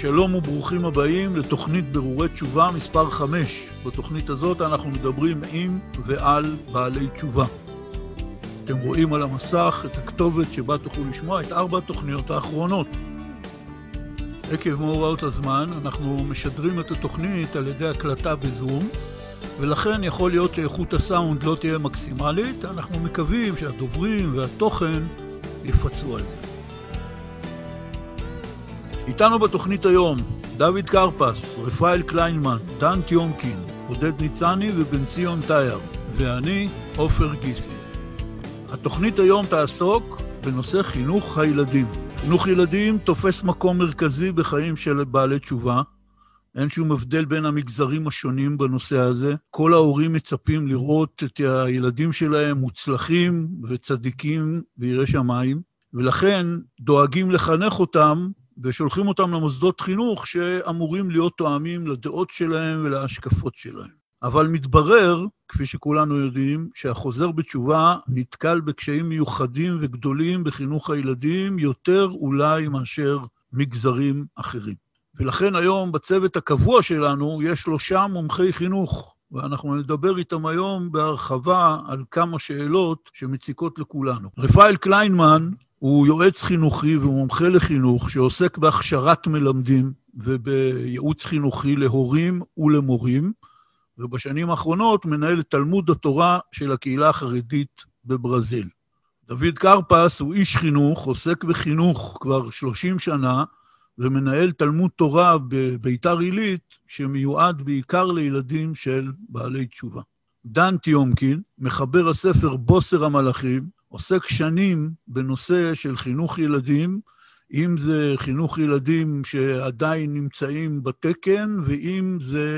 שלום וברוכים הבאים לתוכנית ברורי תשובה מספר 5. בתוכנית הזאת אנחנו מדברים עם ועל בעלי תשובה. אתם רואים על המסך את הכתובת שבה תוכלו לשמוע את 4 התוכניות האחרונות. עקב מאורעות הזמן אנחנו משדרים את התוכנית על ידי הקלטה בזום, ולכן יכול להיות שאיכות הסאונד לא תהיה מקסימלית. אנחנו מקווים שהדוברים והתוכן יפצו על זה. איתנו בתוכנית היום דוד קרפס, רפאל קליינמן, דן טיומקין, עודד ניצני ובן ציון טייר, ואני עופר גיסי. התוכנית היום תעסוק בנושא חינוך הילדים. חינוך ילדים תופס מקום מרכזי בחיים של בעלי תשובה. אין שום הבדל בין המגזרים השונים בנושא הזה. כל ההורים מצפים לראות את הילדים שלהם מוצלחים וצדיקים ויראי שמיים, ולכן דואגים לחנך אותם ושולחים אותם למוסדות חינוך שאמורים להיות תואמים לדעות שלהם ולהשקפות שלהם. אבל מתברר, כפי שכולנו יודעים, שהחוזר בתשובה נתקל בקשיים מיוחדים וגדולים בחינוך הילדים, יותר אולי מאשר מגזרים אחרים. ולכן היום בצוות הקבוע שלנו יש 3 מומחי חינוך, ואנחנו נדבר איתם היום בהרחבה על כמה שאלות שמציקות לכולנו. רפאל קליינמן הוא יועץ חינוכי ומומחה לחינוך שעוסק בהכשרת מלמדים ובייעוץ חינוכי להורים ולמורים, ובשנים האחרונות מנהל את תלמוד התורה של הקהילה החרדית בברזיל. דוד קרפס הוא איש חינוך, עוסק בחינוך כבר 30 שנה, ומנהל תלמוד תורה בביתר עילית שמיועד בעיקר לילדים של בעלי תשובה. דן טיומקין, מחבר הספר בוסר המלאכים, עוסק שנים בנושא של חינוך ילדים, אם זה חינוך ילדים שעדיין נמצאים בתקן, ואם זה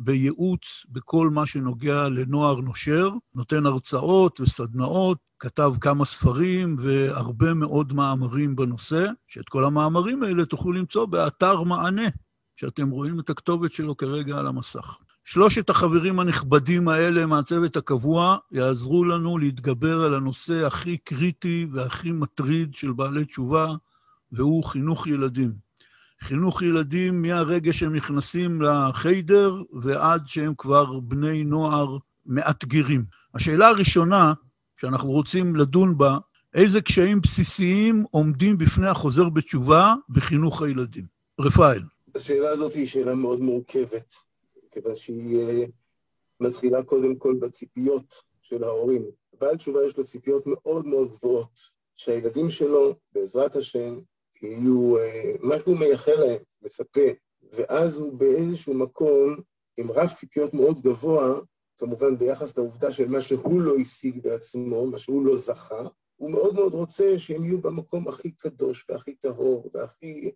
בייעוץ בכל מה שנוגע לנוער נושר, נותן הרצאות וסדנאות, כתב כמה ספרים והרבה מאוד מאמרים בנושא, שאת כל המאמרים האלה תוכלו למצוא באתר מענה, שאתם רואים את הכתובת שלו כרגע על המסך. 3 החברים הנכבדים האלה מהצוות הקבוע יעזרו לנו להתגבר על הנושא הכי קריטי והכי מטריד של בעלי תשובה, והוא חינוך ילדים. חינוך ילדים מהרגע שהם נכנסים לחיידר ועד שהם כבר בני נוער מאתגרים. השאלה הראשונה שאנחנו רוצים לדון בה, איזה קשיים בסיסיים עומדים בפני החוזר בתשובה בחינוך הילדים? רפאל. השאלה הזאת היא שאלה מאוד מורכבת, כיוון שהיא מתחילה קודם כל בציפיות של ההורים. בעל תשובה יש לו ציפיות מאוד מאוד גבוהות, שהילדים שלו, בעזרת השם, יהיו משהו מייחל להם, מצפה, ואז הוא באיזשהו מקום, עם רף ציפיות מאוד גבוה, כמובן ביחס לעובדה של מה שהוא לא השיג בעצמו, מה שהוא לא זכה, הוא מאוד מאוד רוצה שהם יהיו במקום הכי קדוש והכי טהור, והכי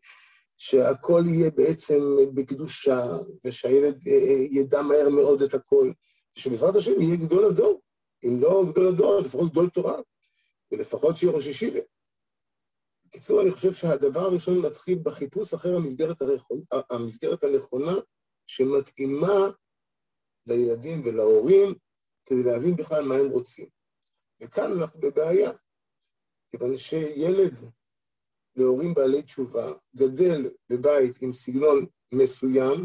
שהכל יהיה בעצם בקדושה, ושהילד ידע מהר מאוד את הכל, ושבעזרת השם יהיה גדול הדור, אם לא גדול הדור, לפחות גדול תורה, ולפחות שיהיה ראש ישיבה. בקיצור, אני חושב שהדבר הראשון מתחיל בחיפוש אחר המסגרת הנכונה, שמתאימה לילדים ולהורים, כדי להבין בכלל מה הם רוצים. וכאן אנחנו בבעיה, כיוון שילד להורים בעלי תשובה גדל בבית עם סגנון מסוים,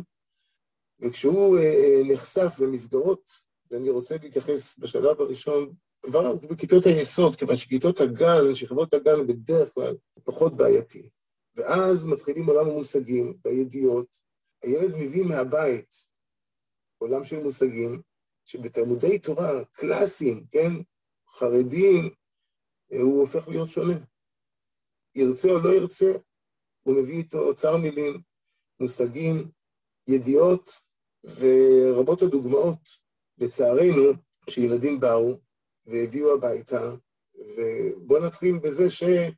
וכשהוא נחשף למסגרות, ואני רוצה להתייחס בשלב הראשון, כבר בכיתות היסוד, כיוון שכיתות הגן, שכבות הגן בדרך כלל פחות בעייתי. ואז מתחילים עולם המושגים והידיעות. הילד מביא מהבית עולם של מושגים, שבתלמודי תורה קלאסיים, כן, חרדים, הוא הופך להיות שונה. ירצה או לא ירצה, הוא מביא איתו אוצר מילים, מושגים, ידיעות, ורבות הדוגמאות, לצערנו, שילדים באו והביאו הביתה, ובוא נתחיל בזה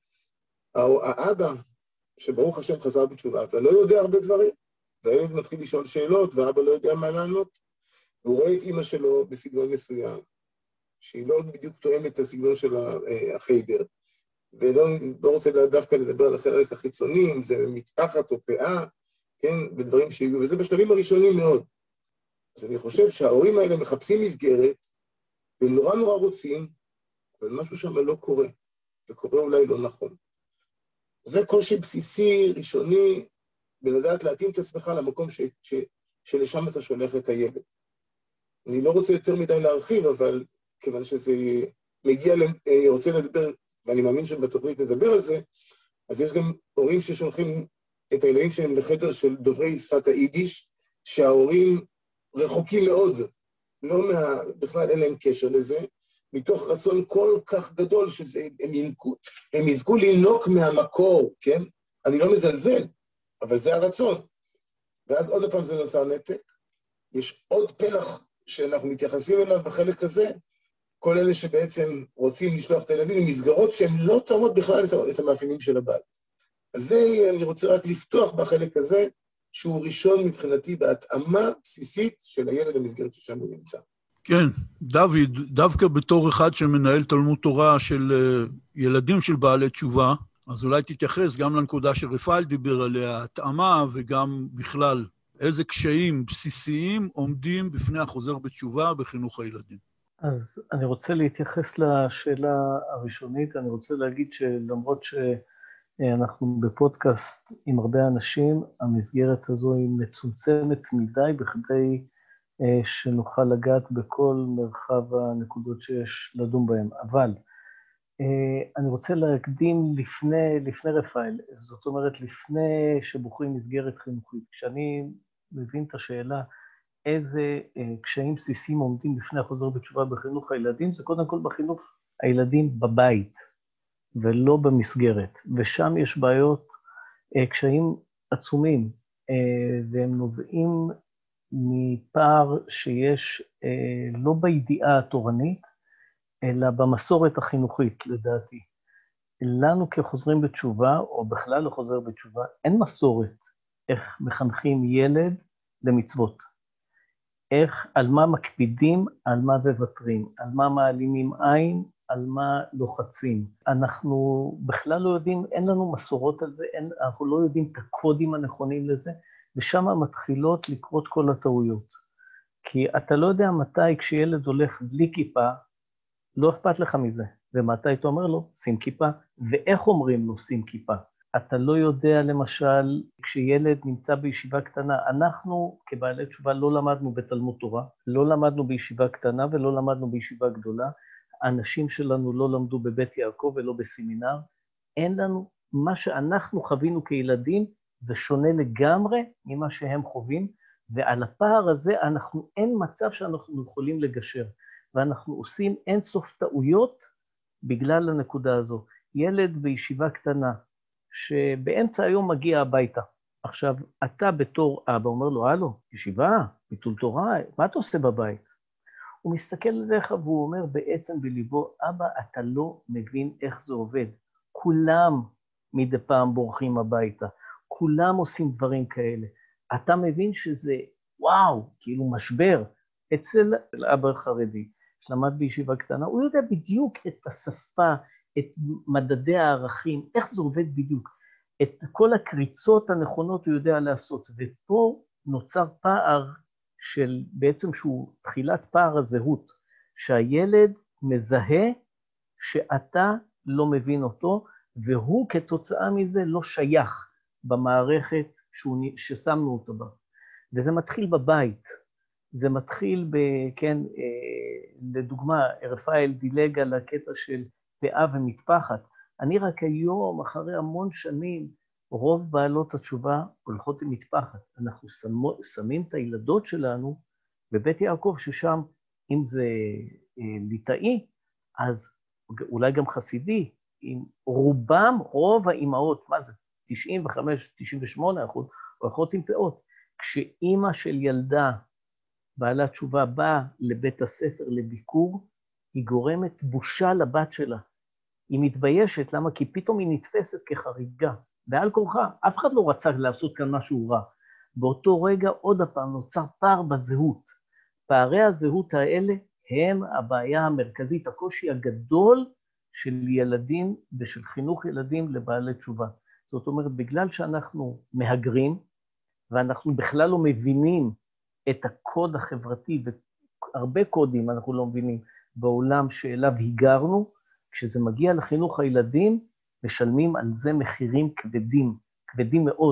שהאבא, שברוך השם חזר בתשובה, ולא יודע הרבה דברים, והילד מתחיל לשאול שאלות, ואבא לא יודע מה לענות, והוא רואה את אמא שלו בסגנון מסוים, שהיא לא בדיוק תואמת את הסגנון של החיידר, ולא רוצה דווקא לדבר על החלק החיצוני, אם זה מתחת או פאה, כן, בדברים שהגיעו, וזה בשלבים הראשונים מאוד. אז אני חושב שההורים האלה מחפשים מסגרת, והם נורא נורא רוצים, אבל משהו שם לא קורה, וקורה אולי לא נכון. זה קושי בסיסי, ראשוני, בלדעת להתאים את עצמך למקום שלשם אתה שולח את הילד. אני לא רוצה יותר מדי להרחיב, אבל כיוון שזה מגיע, רוצה לדבר, ואני מאמין שבתוכנית נדבר על זה, אז יש גם הורים ששולחים את הילדים שלהם לחדר של דוברי שפת היידיש, שההורים רחוקים מאוד, בכלל אין להם קשר לזה, מתוך רצון כל כך גדול הם יזכו לינוק מהמקור, כן? אני לא מזלזל, אבל זה הרצון. ואז עוד פעם זה נוצר נתק. יש עוד פלח שאנחנו מתייחסים אליו בחלק הזה, כל אלה שבעצם רוצים לשלוח את הילדים למסגרות שהן לא תואמות בכלל את המאפיינים של הבית. אז זה אני רוצה רק לפתוח בחלק הזה, שהוא ראשון מבחינתי בהתאמה בסיסית של הילד למסגרת ששם הוא נמצא. כן, דוד, דווקא בתור אחד שמנהל תלמוד תורה של ילדים של בעלי תשובה, אז אולי תתייחס גם לנקודה שרפאל דיבר עליה, התאמה וגם בכלל, איזה קשיים בסיסיים עומדים בפני החוזר בתשובה בחינוך הילדים. אז אני רוצה להתייחס לשאלה הראשונית, אני רוצה להגיד שלמרות שאנחנו בפודקאסט עם הרבה אנשים, המסגרת הזו היא מצומצמת מדי בכדי שנוכל לגעת בכל מרחב הנקודות שיש לדון בהם. אבל אני רוצה להקדים לפני רפאל, זאת אומרת לפני שבוחרים מסגרת חינוכית. כשאני מבין את השאלה איזה קשיים בסיסיים עומדים בפני החוזר בתשובה בחינוך הילדים, זה קודם כל בחינוך הילדים בבית, ולא במסגרת. ושם יש בעיות, קשיים עצומים, והם נובעים מפער שיש לא בידיעה התורנית, אלא במסורת החינוכית, לדעתי. לנו כחוזרים בתשובה, או בכלל לחוזר בתשובה, אין מסורת איך מחנכים ילד למצוות. על מה מקפידים, על מה מבטרים, על מה מעלימים עין, על מה לוחצים. אנחנו בכלל לא יודעים, אין לנו מסורות על זה, אנחנו לא יודעים את הקודים הנכונים לזה, ושם מתחילות לקרות כל הטעויות. כי אתה לא יודע מתי כשילד הולך בלי כיפה, לא אכפת לך מזה. ומתי אתה אומר לו, שים כיפה, ואיך אומרים לו, שים כיפה. אתה לא יודע, למשל, כשילד נמצא בישיבה קטנה, אנחנו כבעלי תשובה לא למדנו בתלמוד תורה, לא למדנו בישיבה קטנה ולא למדנו בישיבה גדולה, האנשים שלנו לא למדו בבית יעקב ולא בסמינר, אין לנו, מה שאנחנו חווינו כילדים, זה שונה לגמרי ממה שהם חווים, ועל הפער הזה אין מצב שאנחנו יכולים לגשר, ואנחנו עושים אין סוף טעויות בגלל הנקודה הזו. ילד בישיבה קטנה, שבאמצע היום מגיע הביתה. עכשיו, אתה בתור אבא אומר לו, הלו, ישיבה, ביטול תורה, מה אתה עושה בבית? הוא מסתכל עליך והוא אומר בעצם בליבו, אבא, אתה לא מבין איך זה עובד. כולם מדי פעם בורחים הביתה, כולם עושים דברים כאלה. אתה מבין שזה, וואו, כאילו משבר. אצל אבא חרדי, שלמד בישיבה קטנה, הוא יודע בדיוק את השפה, את מדדי הערכים, איך זה עובד בדיוק. את כל הקריצות הנכונות הוא יודע לעשות, ופה נוצר פער של בעצם שהוא תחילת פער הזהות, שהילד מזהה שאתה לא מבין אותו, והוא כתוצאה מזה לא שייך במערכת ששמנו אותו בה. וזה מתחיל בבית, זה מתחיל כן, לדוגמה, רפאל דילג על הקטע של פאה ומטפחת. אני רק היום, אחרי המון שנים, רוב בעלות התשובה הולכות עם מטפחת. אנחנו שמים את הילדות שלנו בבית יעקב, ששם, אם זה ליטאי, אז אולי גם חסידי, עם רובם, רוב האימהות, מה זה? 95-98% הולכות עם פאות. כשאימא של ילדה, בעלת תשובה, באה לבית הספר לביקור, היא גורמת בושה לבת שלה. היא מתביישת, למה? כי פתאום היא נתפסת כחריגה. בעל כורחה, אף אחד לא רצה לעשות כאן משהו רע. באותו רגע עוד הפעם נוצר פער בזהות. פערי הזהות האלה הם הבעיה המרכזית, הקושי הגדול של ילדים ושל חינוך ילדים לבעלי תשובה. זאת אומרת, בגלל שאנחנו מהגרים, ואנחנו בכלל לא מבינים את הקוד החברתי, והרבה קודים אנחנו לא מבינים בעולם שאליו היגרנו, כשזה מגיע לחינוך הילדים, משלמים על זה מחירים כבדים, כבדים מאוד.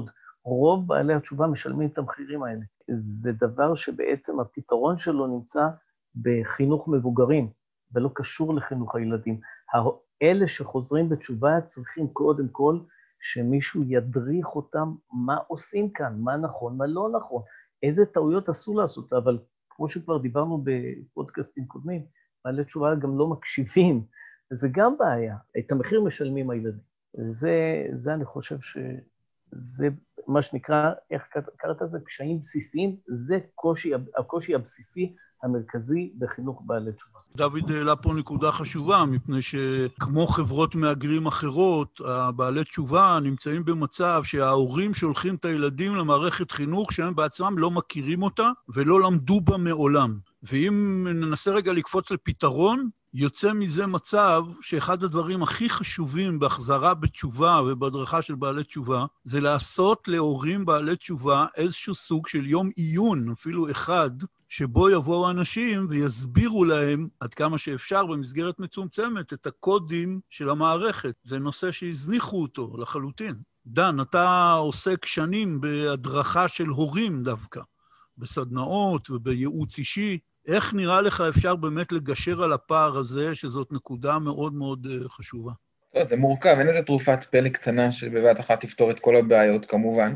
רוב בעלי התשובה משלמים את המחירים האלה. זה דבר שבעצם הפתרון שלו נמצא בחינוך מבוגרים, ולא קשור לחינוך הילדים. אלה שחוזרים בתשובה צריכים קודם כל שמישהו ידריך אותם מה עושים כאן, מה נכון, מה לא נכון, איזה טעויות אסור לעשות, אבל כמו שכבר דיברנו בפודקאסטים קודמים, בעלי תשובה גם לא מקשיבים, וזה גם בעיה. את המחיר משלמים הילדים. זה אני חושב שזה מה שנקרא, איך קראת את זה? קשיים בסיסיים, זה הקושי הבסיסי המרכזי בחינוך בעלי תשובה. דוד העלה פה נקודה חשובה, מפני שכמו חברות מהגרים אחרות, הבעלי תשובה נמצאים במצב שההורים שולחים את הילדים למערכת חינוך שהם בעצמם לא מכירים אותה ולא למדו בה מעולם. ואם ננסה רגע לקפוץ לפתרון, יוצא מזה מצב שאחד הדברים הכי חשובים בהחזרה בתשובה ובהדרכה של בעלי תשובה, זה לעשות להורים בעלי תשובה איזשהו סוג של יום עיון, אפילו אחד, שבו יבואו אנשים ויסבירו להם עד כמה שאפשר במסגרת מצומצמת את הקודים של המערכת. זה נושא שהזניחו אותו לחלוטין. דן, אתה עוסק שנים בהדרכה של הורים דווקא, בסדנאות ובייעוץ אישי. איך נראה לך אפשר באמת לגשר על הפער הזה, שזאת נקודה מאוד מאוד חשובה? לא, זה מורכב, אין איזה תרופת פלא קטנה שבבת אחת תפתור את כל הבעיות, כמובן.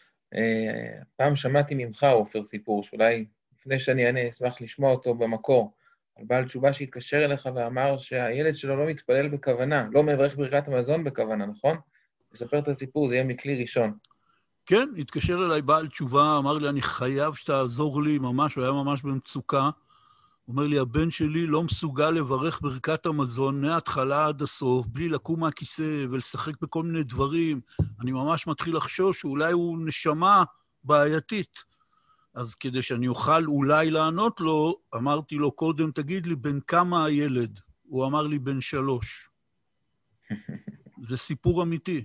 פעם שמעתי ממך, עופר, סיפור, שאולי לפני שאני אענה, אשמח לשמוע אותו במקור, על בעל תשובה שהתקשר אליך ואמר שהילד שלו לא מתפלל בכוונה, לא מברך ברכת המזון בכוונה, נכון? תספר את הסיפור, זה יהיה מכלי ראשון. כן, התקשר אליי בעל תשובה, אמר לי, אני חייב שתעזור לי ממש, הוא היה ממש במצוקה. הוא אומר לי, הבן שלי לא מסוגל לברך ברכת המזון מההתחלה עד הסוף, בלי לקום מהכיסא ולשחק בכל מיני דברים. אני ממש מתחיל לחשוש שאולי הוא נשמה בעייתית. אז כדי שאני אוכל אולי לענות לו, אמרתי לו קודם, תגיד לי, בן כמה הילד? הוא אמר לי, בן 3. זה סיפור אמיתי.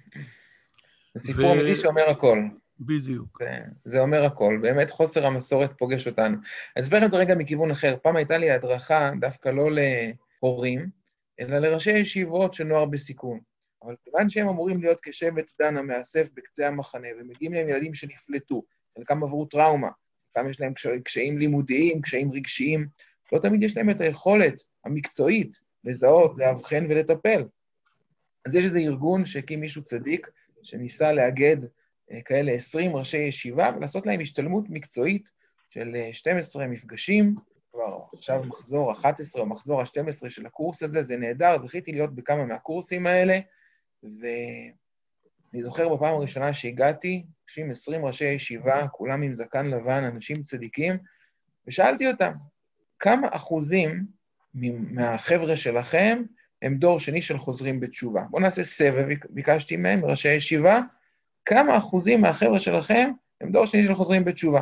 זה סיפור אמיתי שאומר הכל. בדיוק. זה אומר הכל. באמת חוסר המסורת פוגש אותנו. אני אסבר את זה רגע מכיוון אחר. פעם הייתה לי הדרכה דווקא לא להורים, אלא לראשי ישיבות של נוער בסיכון. אבל כיוון שהם אמורים להיות כשבט דן המאסף בקצה המחנה, ומגיעים להם ילדים שנפלטו, חלקם עברו טראומה, חלקם יש להם קשיים לימודיים, קשיים רגשיים, לא תמיד יש להם את היכולת המקצועית לזהות, להבחן ולטפל. אז יש איזה ארגון שהקים מישהו צדיק, שניסה לאגד כאלה 20 ראשי ישיבה, ולעשות להם השתלמות מקצועית של 12 מפגשים, כבר עכשיו מחזור 11 או מחזור ה-12 של הקורס הזה, זה נהדר, זכיתי להיות בכמה מהקורסים האלה, ואני זוכר בפעם הראשונה שהגעתי, 20 ראשי ישיבה, כולם עם זקן לבן, אנשים צדיקים, ושאלתי אותם, כמה אחוזים מהחבר'ה שלכם הם דור שני של חוזרים בתשובה? בואו נעשה סבב, ביקשתי מהם, ראשי ישיבה, כמה אחוזים מהחבר'ה שלכם הם דור שני של חוזרים בתשובה?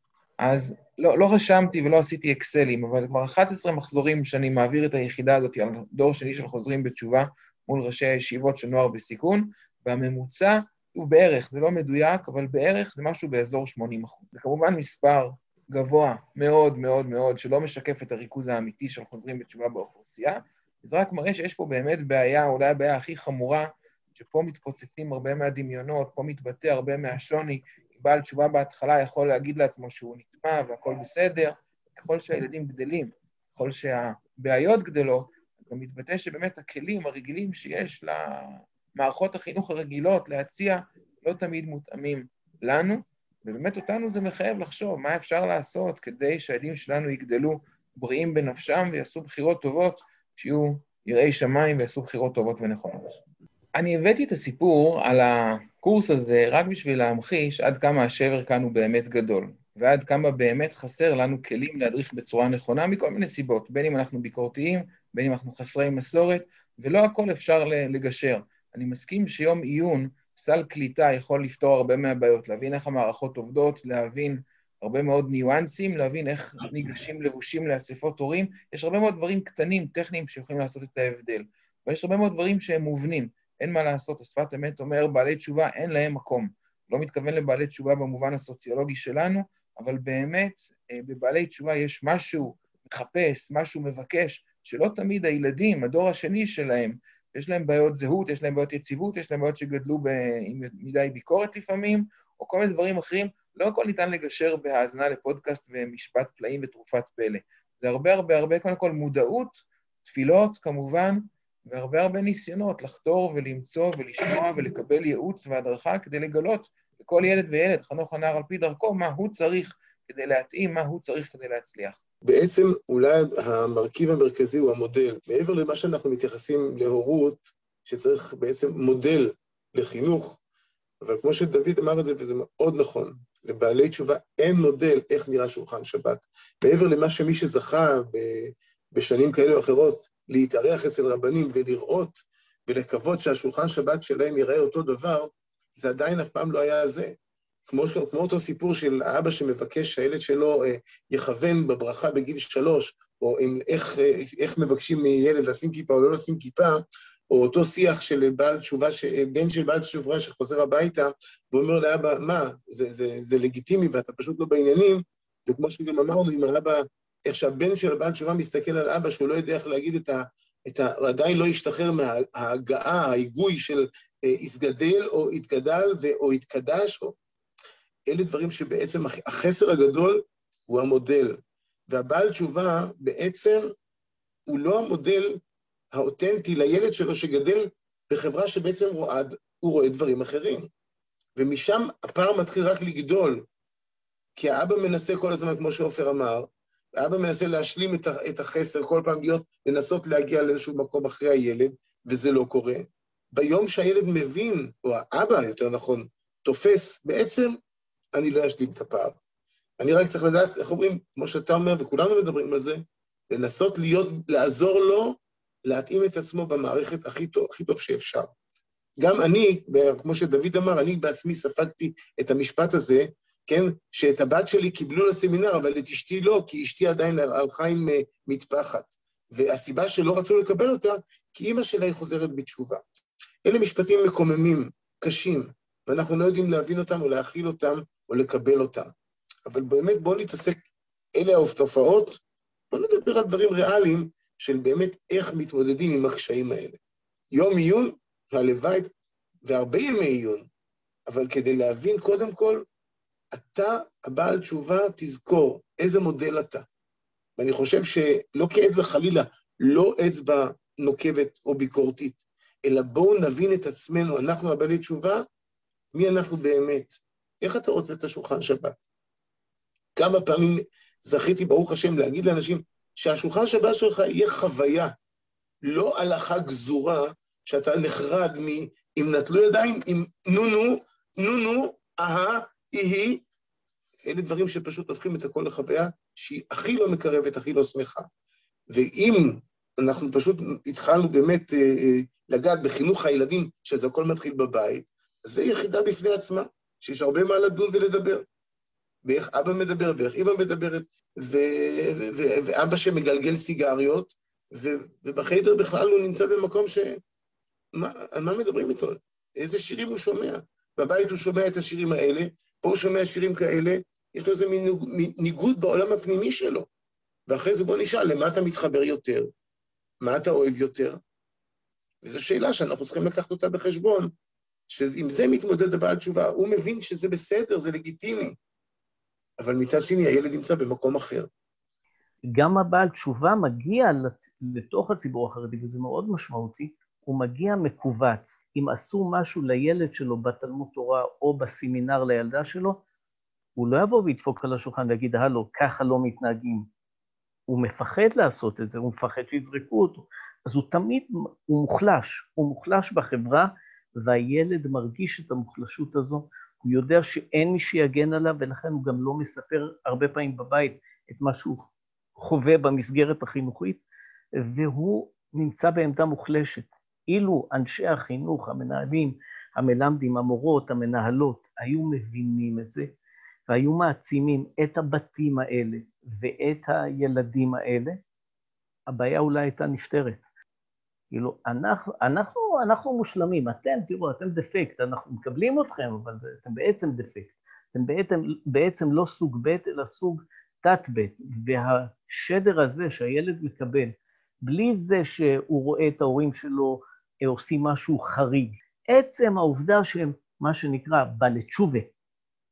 אז לא רשמתי ולא עשיתי אקסלים, אבל כבר 11 מחזורים שאני מעביר את היחידה הזאת על דור שני של חוזרים בתשובה מול ראשי הישיבות של נוער בסיכון, והממוצע הוא בערך, זה לא מדויק, אבל בערך זה משהו באזור 80%. זה כמובן מספר גבוה מאוד מאוד מאוד, שלא משקף את הריכוז האמיתי של חוזרים בתשובה באוכלוסייה, זה רק מראה שיש פה באמת בעיה, אולי הבעיה הכי חמורה, שפה מתפוצצים הרבה מהדמיונות, פה מתבטא הרבה מהשוני, בעל תשובה בהתחלה יכול להגיד לעצמו שהוא נטמע והכל בסדר, ככל שהילדים גדלים, ככל שהבעיות גדלות, גם מתבטא שבאמת הכלים הרגילים שיש למערכות החינוך הרגילות להציע, לא תמיד מותאמים לנו, ובאמת אותנו זה מחייב לחשוב מה אפשר לעשות כדי שהילדים שלנו יגדלו בריאים בנפשם ויעשו בחירות טובות, שיהיו יראי שמיים ויעשו בחירות טובות ונכונות. אני הבאתי את הסיפור על הקורס הזה רק בשביל להמחיש עד כמה השבר כאן הוא באמת גדול, ועד כמה באמת חסר לנו כלים להדריך בצורה נכונה מכל מיני סיבות, בין אם אנחנו ביקורתיים, בין אם אנחנו חסרי מסורת, ולא הכל אפשר לגשר. אני מסכים שיום עיון, סל קליטה יכול לפתור הרבה מהבעיות, להבין איך המערכות עובדות, להבין הרבה מאוד ניואנסים, להבין איך ניגשים לבושים לאספות הורים, יש הרבה מאוד דברים קטנים, טכניים, שיכולים לעשות את ההבדל, אבל יש הרבה מאוד דברים שהם מובנים, אין מה לעשות, השפת אמת אומר, בעלי תשובה אין להם מקום, לא מתכוון לבעלי תשובה במובן הסוציולוגי שלנו, אבל באמת בבעלי תשובה יש משהו מחפש, משהו מבקש, שלא תמיד הילדים, הדור השני שלהם, יש להם בעיות זהות, יש להם בעיות יציבות, יש להם בעיות שגדלו עם מדי ביקורת לפעמים, או כל מיני דברים אחרים, לא הכל ניתן לגשר בהאזנה לפודקאסט ומשפט פלאים ותרופת פלא. זה הרבה, קודם כל מודעות, תפילות כמובן, והרבה ניסיונות לחתור ולמצוא ולשמוע ולקבל ייעוץ והדרכה כדי לגלות לכל ילד וילד, חנוך לנער על פי דרכו, מה הוא צריך כדי להתאים, מה הוא צריך כדי להצליח. בעצם אולי המרכיב המרכזי הוא המודל. מעבר למה שאנחנו מתייחסים להורות, שצריך בעצם מודל לחינוך, אבל כמו שדוד אמר את זה, וזה מאוד נכון, לבעלי תשובה אין מודל איך נראה שולחן שבת. מעבר למה שמי שזכה בשנים כאלה או אחרות, להתארח אצל רבנים ולראות ולקוות שהשולחן שבת שלהם ייראה אותו דבר, זה עדיין אף פעם לא היה זה. כמו אותו סיפור של האבא שמבקש שהילד שלו יכוון בברכה בגיל 3, או איך מבקשים מילד לשים כיפה או לא לשים כיפה, או אותו שיח של בעל תשובה, בן של בעל תשובה שחוזר הביתה, ואומר לאבא, מה, זה לגיטימי ואתה פשוט לא בעניינים, וכמו שגם אמרנו עם האבא, איך שהבן של בעל תשובה מסתכל על אבא, שהוא לא יודע איך להגיד עדיין לא ישתחרר מההגעה, ההיגוי של יסגדל או יתגדל או יתקדש, אלה דברים שבעצם החסר הגדול הוא המודל, והבעל תשובה בעצם הוא לא המודל האותנטי לילד שלו שגדל בחברה שבעצם הוא רואה דברים אחרים. ומשם הפער מתחיל רק לגדול, כי האבא מנסה כל הזמן, כמו שעופר אמר, האבא מנסה להשלים את החסר, כל פעם לנסות להגיע לאיזשהו מקום אחרי הילד, וזה לא קורה. ביום שהילד מבין, או האבא יותר נכון, תופס, בעצם אני לא אשלים את הפער. אני רק צריך לדעת, איך אומרים, כמו שאתה אומר, וכולנו מדברים על זה, לנסות לעזור לו, להתאים את עצמו במערכת הכי טוב שאפשר. גם אני, כמו שדוד אמר, אני בעצמי ספגתי את המשפט הזה, כן, שאת הבת שלי קיבלו לסמינר, אבל את אשתי לא, כי אשתי עדיין הלכה עם מטפחת. והסיבה שלא רצו לקבל אותה, כי אמא שלה היא חוזרת בתשובה. אלה משפטים מקוממים, קשים, ואנחנו לא יודעים להבין אותם או להכיל אותם או לקבל אותם. אבל באמת בואו נתעסק, אלה התופעות, בואו נדבר על דברים ריאליים של באמת איך מתמודדים עם הקשיים האלה. יום עיון, הלוואי, והרבה ימי עיון, אבל כדי להבין קודם כל, אתה, הבעל תשובה, תזכור איזה מודל אתה. ואני חושב שלא כאצבע חלילה, לא אצבע נוקבת או ביקורתית, אלא בואו נבין את עצמנו, אנחנו הבעלי תשובה, מי אנחנו באמת. איך אתה רוצה את השולחן שבת? כמה פעמים זכיתי, ברוך השם, להגיד לאנשים, שהשולחן שבת שלך יהיה חוויה, לא הלכה גזורה, שאתה נחרד אם נטלו ידיים, אם נו, היא, אלה דברים שפשוט הופכים את הכל לחוויה, שהיא הכי לא מקרבת, הכי לא שמחה. ואם אנחנו פשוט התחלנו באמת לגעת בחינוך הילדים, שזה הכל מתחיל בבית, אז זה יחידה בפני עצמה, שיש הרבה מה לדון ולדבר. ואיך אבא מדבר, ואיך אמא מדברת, ואבא שמגלגל סיגריות, ובחדר בכלל הוא נמצא במקום על מה מדברים איתו? איזה שירים הוא שומע? בבית הוא שומע את השירים האלה, פה הוא שומע שירים כאלה, יש לו איזה ניגוד בעולם הפנימי שלו. ואחרי זה בוא נשאל, למה אתה מתחבר יותר? מה אתה אוהב יותר? וזו שאלה שאנחנו צריכים לקחת אותה בחשבון, שאם זה מתמודד הבעל תשובה, הוא מבין שזה בסדר, זה לגיטימי. אבל מצד שני, הילד נמצא במקום אחר. גם הבעל תשובה מגיע לתוך הציבור החרדי, וזה מאוד משמעותי, הוא מגיע מקובץ. אם עשו משהו לילד שלו בתלמוד תורה או בסמינר לילדה שלו, הוא לא יבוא וידפוק על השולחן ויגיד, הלו, ככה לא מתנהגים. הוא מפחד לעשות את זה, הוא מפחד שיזרקו אותו. אז הוא תמיד, הוא מוחלש בחברה, והילד מרגיש את המוחלשות הזו, הוא יודע שאין מי שיגן עליו, ולכן הוא גם לא מספר הרבה פעמים בבית את מה שהוא חווה במסגרת החינוכית, והוא נמצא בעמדה מוחלשת. אילו אנשי החינוך, המנהלים, המלמדים, המורות, המנהלות, היו מבינים את זה, והיו מעצימים את הבתים האלה ואת הילדים האלה, הבעיה אולי הייתה נפתרת. כאילו, אנחנו מושלמים, תראו, אתם דפקט, אנחנו מקבלים אתכם, אבל אתם בעצם דפקט. אתם בעצם לא סוג ב' אלא סוג תת ב', והשדר הזה שהילד מקבל, בלי זה שהוא רואה את ההורים שלו עושים משהו חריג, עצם העובדה שהם, מה שנקרא, בעלי תשובה,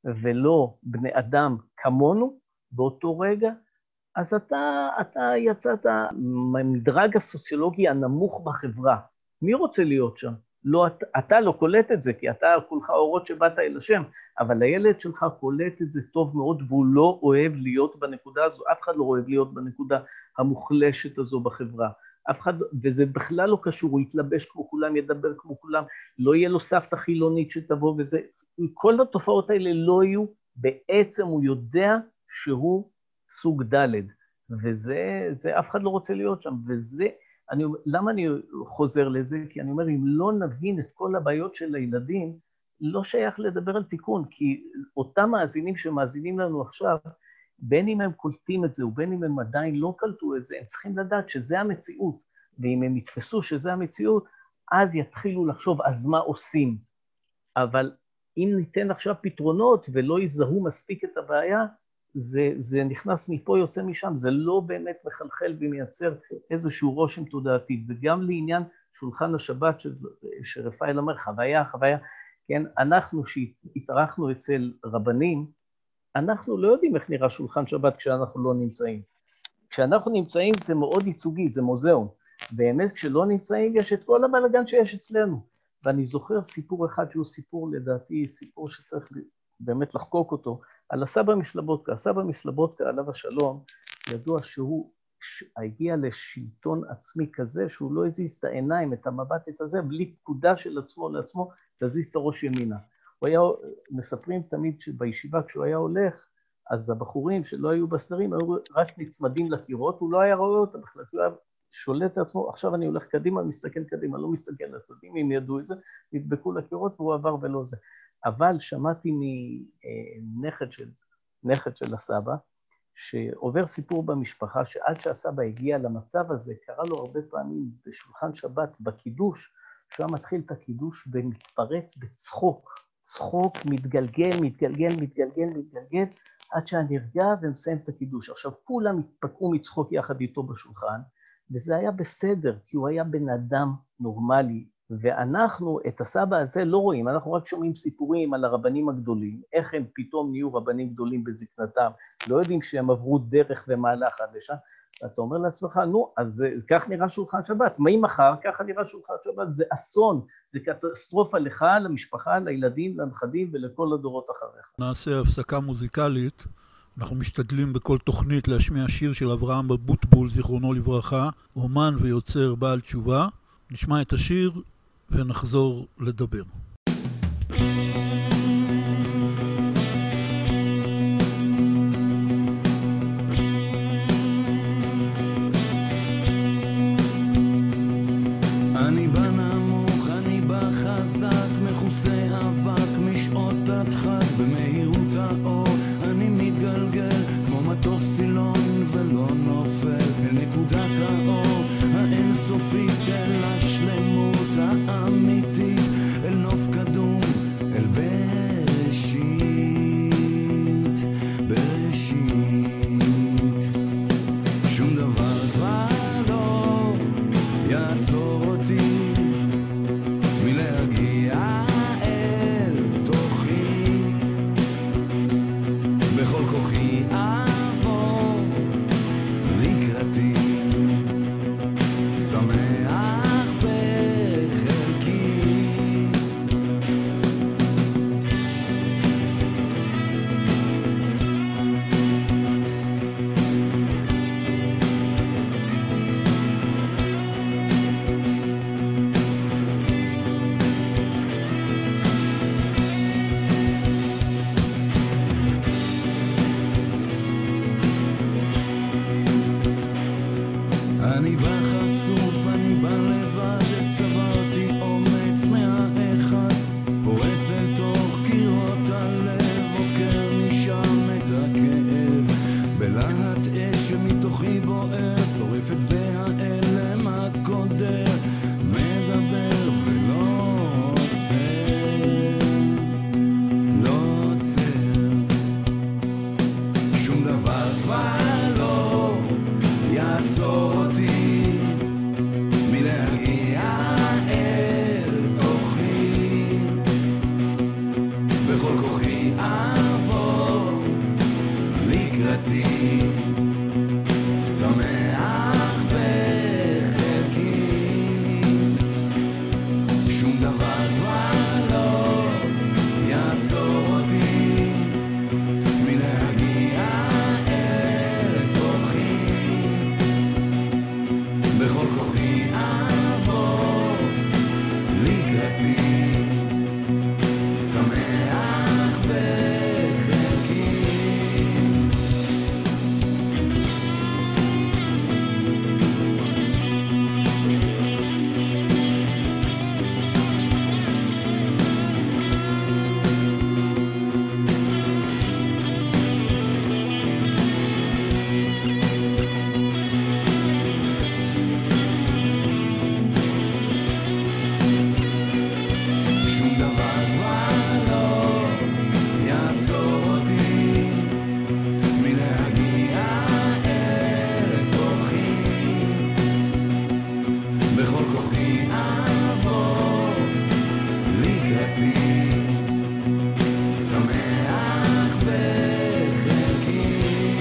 ולא בני אדם כמונו באותו רגע, אז אתה יצאת מהמדרג הסוציולוגי הנמוך בחברה. מי רוצה להיות שם? לא, אתה לא קולט את זה, כי אתה כולך אורות שבאת אל השם, אבל הילד שלך קולט את זה טוב מאוד, והוא לא אוהב להיות בנקודה הזו, אף אחד לא אוהב להיות בנקודה המוחלשת הזו בחברה. אף אחד, וזה בכלל לא קשור, הוא יתלבש כמו כולם, ידבר כמו כולם, לא יהיה לו סבתא חילונית שתבוא וזה, כל התופעות האלה לא יהיו, בעצם הוא יודע שהוא סוג ד', וזה אף אחד לא רוצה להיות שם, וזה, למה אני חוזר לזה? כי אני אומר, אם לא נבין את כל הבעיות של הילדים, לא שייך לדבר על תיקון, כי אותם מאזינים שמאזינים לנו עכשיו, בין אם הם קולטים את זה, ובין אם הם עדיין לא קלטו את זה, הם צריכים לדעת שזה המציאות, ואם הם יתפסו שזה המציאות, אז יתחילו לחשוב, אז מה עושים? אבל אם ניתן עכשיו פתרונות, ולא יזהו מספיק את הבעיה, זה נכנס מפה, יוצא משם, זה לא באמת מחלחל ומייצר איזשהו רושם תודעתי, וגם לעניין שולחן השבת שרפאל אמר, חוויה, כן, אנחנו שהתארחנו אצל רבנים, אנחנו לא יודעים איך נראה שולחן שבת כשאנחנו לא נמצאים. כשאנחנו נמצאים זה מאוד ייצוגי, זה מוזיאון. באמת כשלא נמצאים יש את כל הבלגן שיש אצלנו. ואני זוכר סיפור אחד שהוא סיפור לדעתי, סיפור שצריך באמת לחקוק אותו, על הסבא מסלבודקה. הסבא מסלבודקה עליו השלום, ידוע שהוא הגיע לשלטון עצמי כזה, שהוא לא הזיז את העיניים, את המבט, את הזה, בלי פקודה של עצמו לעצמו, תזיז את הראש ימינה. הוא היה, מספרים תמיד שבישיבה כשהוא היה הולך, אז הבחורים שלא היו בסדרים, היו רק נצמדים לקירות, הוא לא היה רואה אותה בכלל, הוא היה שולט את עצמו, עכשיו אני הולך קדימה, מסתכל קדימה, לא מסתכל לצדים, אם ידעו את זה, נדבקו לקירות והוא עבר ולא זה. אבל שמעתי מנכד של הסבא, שעובר סיפור במשפחה, שעד שהסבא הגיע למצב הזה, קרה לו הרבה פעמים בשולחן שבת, בקידוש, שהוא מתחיל את הקידוש ומתפרץ בצחוק, צחוק מתגלגל, עד שהנרגע ומסיים את הקידוש. עכשיו, כולם התפקעו מצחוק יחד איתו בשולחן, וזה היה בסדר, כי הוא היה בן אדם נורמלי, ואנחנו את הסבא הזה לא רואים, אנחנו רק שומעים סיפורים על הרבנים הגדולים, איך הם פתאום נהיו רבנים גדולים בזקנתם, לא יודעים שהם עברו דרך ומהלך עד לשם, אתה אומר לעצמך, נו, אז כך נראה שולחן שבת, מה אם מחר ככה נראה שולחן שבת? זה אסון, זה קטסטרופה לך, למשפחה, לילדים, לנכדים ולכל הדורות אחריך. נעשה הפסקה מוזיקלית, אנחנו משתדלים בכל תוכנית להשמיע שיר של אברהם בוטבול, זיכרונו לברכה, אומן ויוצר בעל תשובה, נשמע את השיר ונחזור לדבר. אני בנמוך, אני בחזק, מחוסה אבק משעות הדחק, במהירות האור אני מתגלגל כמו מטוס סילון ולא נופל אל נקודת האור האינסופית, אל השלמות האמיתית, אל נוף קדום, אל בראשית, שום דבר כבר לא יעצור אותי מלהגיע אל תוכי, בכל כוחי אעבור לקראתי, שמח בחלקי. אני בחשוף, אני בא לבד, צברתי אומץ מהאחד, פורץ אל תוך קירות הלב, עוקר משם את הכאב, בלהט אש שמתוכי בוער, שורף את שדה האלם הקודר, מדבר ולא עוצר, לא עוצר, שום דבר כבר לא יעצור אותי מלהגיע אל תוכי, בכל כוחי לקראתי, שמח בחלקי, שום דבר כבר לא יעצור אותי מלהגיע אל תוכי, בכל כוחי אעבור לקראתי, שמח בחלקי. שום דבר כבר לא יעצור אותי מלהגיע אל תוכי, בכל כוחי אעבור לקראתי, שמח בחלקי,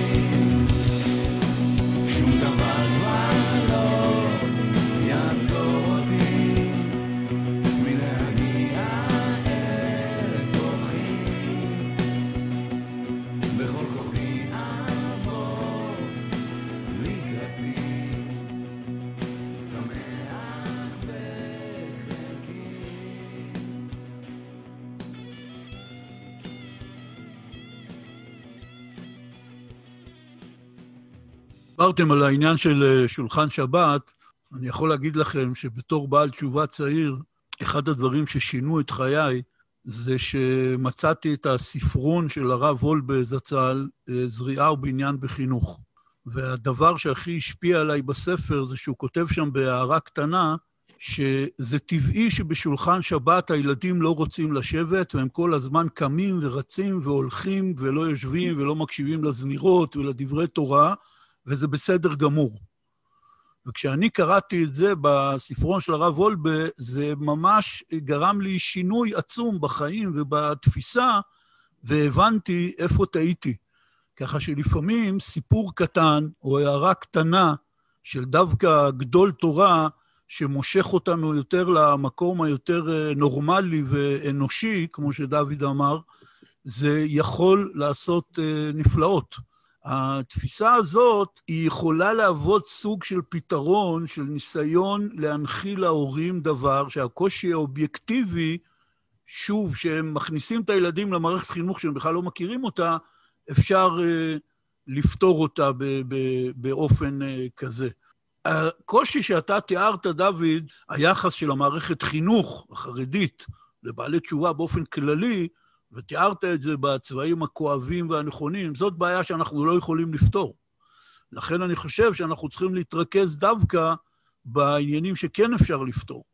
שום דבר כבר לא יעצור אותי מלהגיע אל תוכי, בכל כוחי אעבור לקראתי, שמח בחלקי. דיברתם על העניין של שולחן שבת, אני יכול להגיד לכם שבתור בעל תשובה צעיר, אחד הדברים ששינו את חיי, זה שמצאתי את הספרון של הרב וולבה זצ"ל, זריעה ובניין בחינוך. והדבר שהכי השפיע עליי בספר זה שהוא כותב שם בהערה קטנה, שזה טבעי שבשולחן שבת הילדים לא רוצים לשבת, והם כל הזמן קמים ורצים והולכים ולא יושבים ולא מקשיבים לזמירות ולדברי תורה, וזה בסדר גמור. וכשאני קראתי את זה בספרון של הרב וולבה, זה ממש גרם לי שינוי עצום בחיים ובתפיסה, והבנתי איפה טעיתי. ככה שלפעמים סיפור קטן או הערה קטנה של דווקא גדול תורה, שמושך אותנו יותר למקום היותר נורמלי ואנושי, כמו שדוד אמר, זה יכול לעשות נפלאות. התפיסה הזאת היא יכולה להוות סוג של פתרון, של ניסיון להנחיל להורים דבר שהקושי האובייקטיבי, שוב, שהם מכניסים את הילדים למערכת חינוך שהם בכלל לא מכירים אותה, אפשר לפתור אותה באופן כזה. הקושי שאתה תיארת, דוד, היחס של המערכת חינוך החרדית לבעלי תשובה באופן כללי, ותיארת את זה בצבעים הכואבים והנכונים, זאת בעיה שאנחנו לא יכולים לפתור. לכן אני חושב שאנחנו צריכים להתרכז דווקא בעניינים שכן אפשר לפתור.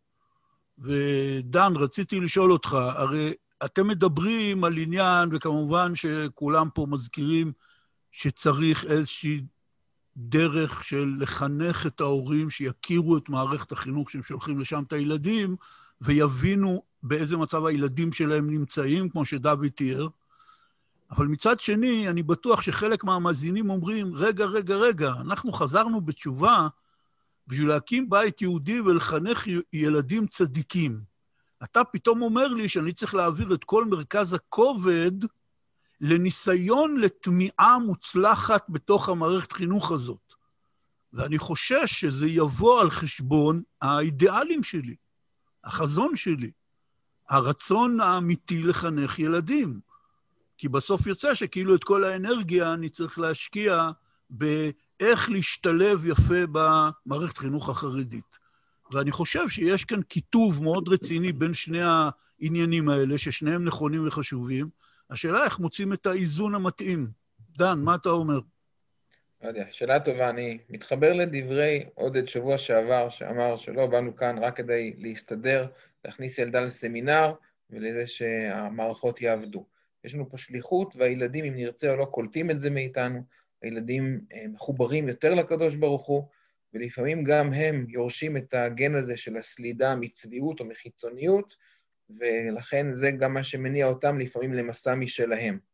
ודן, רציתי לשאול אותך, הרי אתם מדברים על עניין, וכמובן שכולם פה מזכירים שצריך איזושהי דרך של לחנך את ההורים שיכירו את מערכת החינוך שהם שולחים לשם את הילדים, ויבינו באיזה מצב הילדים שלהם נמצאים, כמו שדוד תיאר. אבל מצד שני, אני בטוח שחלק מהמאזינים אומרים, רגע, אנחנו חזרנו בתשובה בשביל להקים בית יהודי ולחנך ילדים צדיקים. אתה פתאום אומר לי שאני צריך להעביר את כל מרכז הכובד לניסיון לתמיעה מוצלחת בתוך המערכת חינוך הזאת. ואני חושש שזה יבוא על חשבון האידיאלים שלי, החזון שלי, הרצון האמיתי לחנך ילדים. כי בסוף יוצא שכאילו את כל האנרגיה אני צריך להשקיע באיך להשתלב יפה במערכת חינוך החרדית. ואני חושב שיש כאן כיתוב מאוד רציני בין שני העניינים האלה, ששניהם נכונים וחשובים. השאלה איך מוצאים את האיזון המתאים. דן, מה אתה אומר? לא יודע, שאלה טובה. אני מתחבר לדברי עודד שבוע שעבר, שאמר שלא באנו כאן רק כדי להסתדר, להכניס ילדה לסמינר, ולזה שהמערכות יעבדו. יש לנו פה שליחות, והילדים, אם נרצה או לא, קולטים את זה מאיתנו. הילדים מחוברים יותר לקדוש ברוך הוא, ולפעמים גם הם יורשים את הגן הזה של הסלידה מצביעות או מחיצוניות, ולכן זה גם מה שמניע אותם לפעמים למסע משלהם.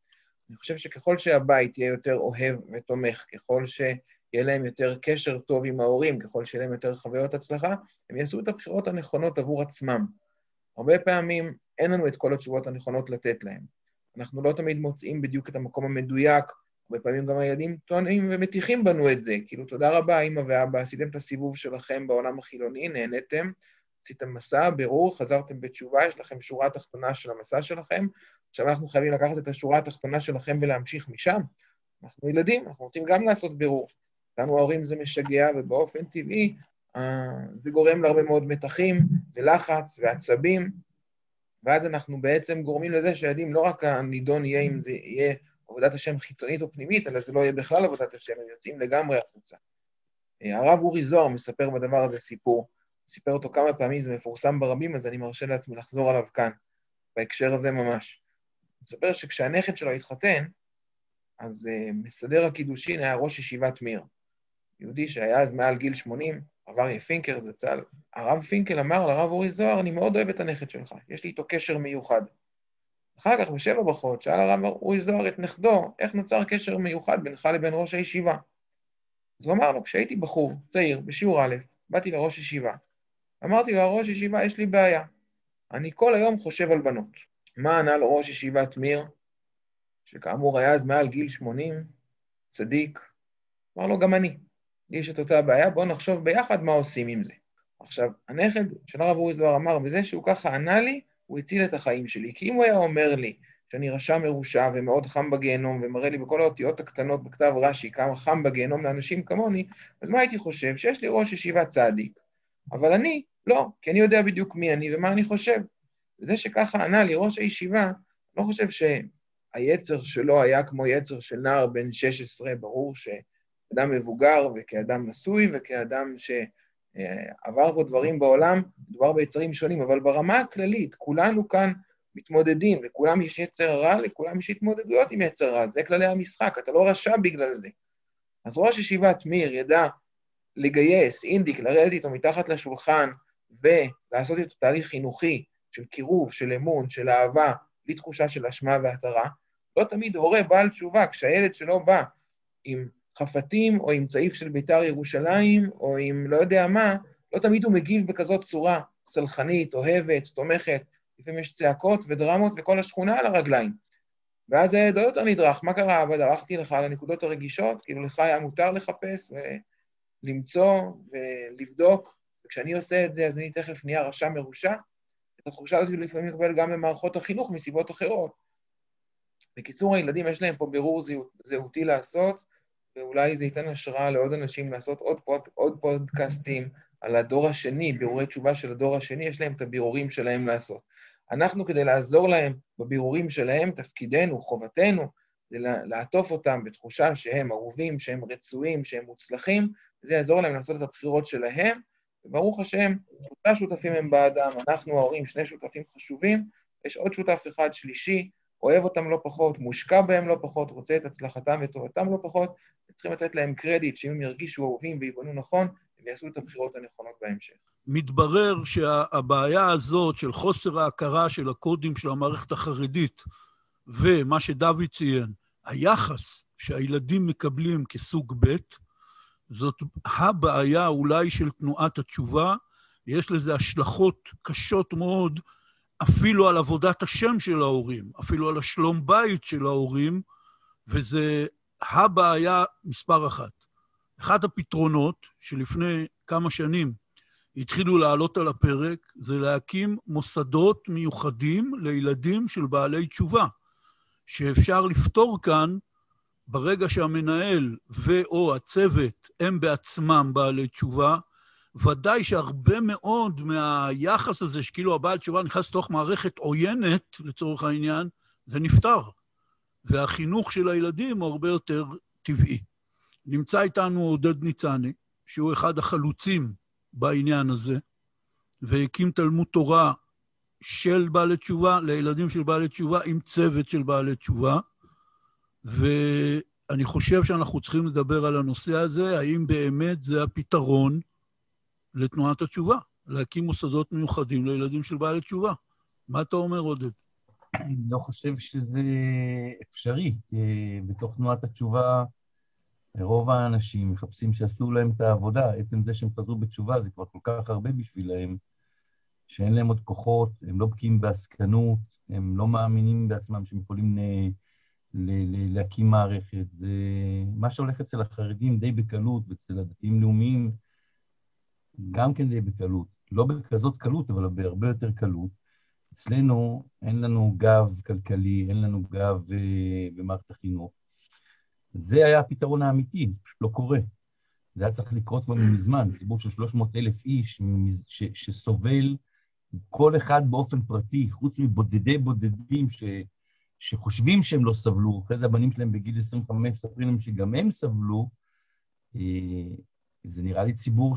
אני חושב שככל שהבית יהיה יותר אוהב ותומך, ככל שיהיה להם יותר קשר טוב עם ההורים, ככל שיהיה להם יותר חוויות הצלחה, הם יעשו את הבחירות הנכונות עבור עצמם. הרבה פעמים אין לנו את כל התשובות הנכונות לתת להם. אנחנו לא תמיד מוצאים בדיוק את המקום המדויק, הרבה פעמים גם הילדים טוענים ומתיחים בנו את זה, כאילו תודה רבה אמא ואבא, עשיתם את הסיבוב שלכם בעולם החילוני, נהניתם, עשיתם מסע, ברור, חזרתם בתשובה, יש לכם שורה תחתונה של המסע שלכם, עכשיו אנחנו חייבים לקחת את השורה התחתונה שלכם ולהמשיך משם. אנחנו ילדים, אנחנו רוצים גם לעשות ברור. לנו ההורים זה משגע, ובאופן טבעי זה גורם להרבה מאוד מתחים ולחץ ועצבים, ואז אנחנו בעצם גורמים לזה שהילדים לא רק הנידון יהיה אם זה יהיה עבודת השם חיצונית או פנימית, אלא זה לא יהיה בכלל עבודת השם, הם יוצאים לגמרי החוצה. הרב אורי זוהר מספר בדבר הזה סיפור, סיפר אותו כמה פעמים, זה מפורסם ברבים, אז אני מרשה לעצמי לחזור עליו כאן, בהקשר הזה ממש. הוא מספר שכשהנכד שלו התחתן, אז מסדר הקידושין היה ראש ישיבת מיר. יהודי שהיה אז מעל גיל 80, אריה פינקל זצ"ל. הרב פינקל אמר לרב אורי זוהר, אני מאוד אוהב את הנכד שלך, יש לי איתו קשר מיוחד. אחר כך, בשבע ברכות, שאל הרב אורי זוהר את נכדו, איך נוצר קשר מיוחד בינך לבין ראש הישיבה? אז הוא אמר לו, כשהייתי בחור, צעיר, בשיעור א', באתי לראש ישיבה. אמרתי לו, ראש ישיבה, יש לי בעיה. אני כל היום חושב על בנות. מה ענה לו ראש ישיבת מיר, שכאמור היה אז מעל גיל 80, צדיק? אמר לו, גם אני. יש את אותה בעיה, בואו נחשוב ביחד מה עושים עם זה. עכשיו, הנכד של הרב אורי זוהר אמר, בזה שהוא ככה ענה לי, הוא הציל את החיים שלי. כי אם הוא היה אומר לי שאני רשע מרושע ומאוד חם בגיהנום, ומראה לי בכל האותיות הקטנות בכתב רש"י כמה חם בגיהנום לאנשים כמוני, אז מה הייתי חושב? שיש לי ראש ישיבה צדיק. אבל אני לא, כי אני יודע בדיוק מי אני ומה אני חושב. וזה שככה ענה לי ראש הישיבה, לא חושב שהיצר שלו היה כמו יצר של נער בן 16, ברור שאדם מבוגר וכאדם נשוי וכאדם שעבר פה דברים בעולם, מדובר ביצרים שונים, אבל ברמה הכללית, כולנו כאן מתמודדים, לכולם יש יצר רע, לכולם יש התמודדויות עם יצר רע, זה כללי המשחק, אתה לא רשע בגלל זה. אז ראש ישיבת מיר ידע לגייס אינדיק, לרדת איתו מתחת לשולחן, ולעשות איתו תהליך חינוכי של קירוב, של אמון, של אהבה, בלי תחושה של אשמה והתרה. לא תמיד הורה בעל תשובה, כשהילד שלו בא עם חפתים, או עם צעיף של ביתר ירושלים, או עם לא יודע מה, לא תמיד הוא מגיב בכזאת צורה סלחנית, אוהבת, תומכת, לפעמים יש צעקות ודרמות וכל השכונה על הרגליים. ואז הילד עוד יותר נדרך, מה קרה? אבל דרכתי לך על הנקודות הרגישות, כאילו לך היה מותר לחפש ולמצוא ולבדוק, וכשאני עושה את זה, אז אני תכף נהיה רשע מרושע. את התחושה הזאת לפעמים מקבל גם במערכות החינוך מסיבות אחרות. בקיצור, הילדים יש להם פה בירור זהותי לעשות, ואולי זה ייתן השראה לעוד אנשים לעשות עוד פודקאסטים על הדור השני, בירורי תשובה של הדור השני, יש להם את הבירורים שלהם לעשות. אנחנו כדי לעזור להם בבירורים שלהם, תפקידנו, חובתנו, זה לעטוף אותם בתחושה שהם אהובים, שהם רצויים, שהם מוצלחים, וזה יעזור להם לעשות את הבחירות שלהם, וברוך השם, שלושה שותפים הם באדם, אנחנו ההורים, שני שותפים חשובים, יש עוד שותף אחד שלישי, אוהב אותם לא פחות, מושקע בהם לא פחות, רוצה את הצלחתם וטובתם לא פחות, צריכים לתת להם קרדיט, שאם הם ירגישו אהובים ויבנו נכון, הם יעשו את הבחירות הנכונות בהמשך. מתברר שהבעיה הזאת של חוסר ההכרה של הקודים של המערכת החרדית, ומה שדוד ציין, היחס שהילדים מקבלים כסוג ב', זאת הבעיה אולי של תנועת התשובה, יש לזה השלכות קשות מאוד, אפילו על עבודת השם של ההורים, אפילו על השלום בית של ההורים, וזה הבעיה מספר אחת. אחד הפתרונות שלפני כמה שנים התחילו לעלות על הפרק, זה להקים מוסדות מיוחדים לילדים של בעלי תשובה, שאפשר לפתור כאן ברגע שהמנהל ואו הצוות הם בעצמם בעלי תשובה, ודאי שהרבה מאוד מהיחס הזה שכאילו הבעל תשובה נכנס לתוך מערכת עוינת לצורך העניין, זה נפתר. והחינוך של הילדים הוא הרבה יותר טבעי. נמצא איתנו עודד ניצני, שהוא אחד החלוצים בעניין הזה, והקים תלמוד תורה של בעלי תשובה, לילדים של בעלי תשובה, עם צוות של בעלי תשובה, ואני חושב שאנחנו צריכים לדבר על הנושא הזה, האם באמת זה הפתרון לתנועת התשובה, להקים מוסדות מיוחדים לילדים של בעלי תשובה. מה אתה אומר, עודד? אני לא חושב שזה אפשרי. בתוך תנועת התשובה, רוב האנשים מחפשים שעשו להם את העבודה. עצם זה שהם חזרו בתשובה, זה כבר כל כך הרבה בשבילהם, שאין להם עוד כוחות, הם לא בקיאים בעסקנות, הם לא מאמינים בעצמם שהם יכולים להקים מערכת. זה מה שהולך אצל החרדים די בקלות, ואצל הדתיים לאומיים גם כן די בקלות. לא בכזאת קלות, אבל בהרבה יותר קלות. אצלנו אין לנו גב כלכלי, אין לנו גב במערכת החינוך. זה היה הפתרון האמיתי, זה פשוט לא קורה. זה היה צריך לקרות כבר מזמן, ציבור של 300,000 איש שסובל כל אחד באופן פרטי, חוץ מבודדים שחושבים שהם לא סבלו, אחרי זה הבנים שלהם בגיל 25 מספרים להם שגם הם סבלו. זה נראה לי ציבור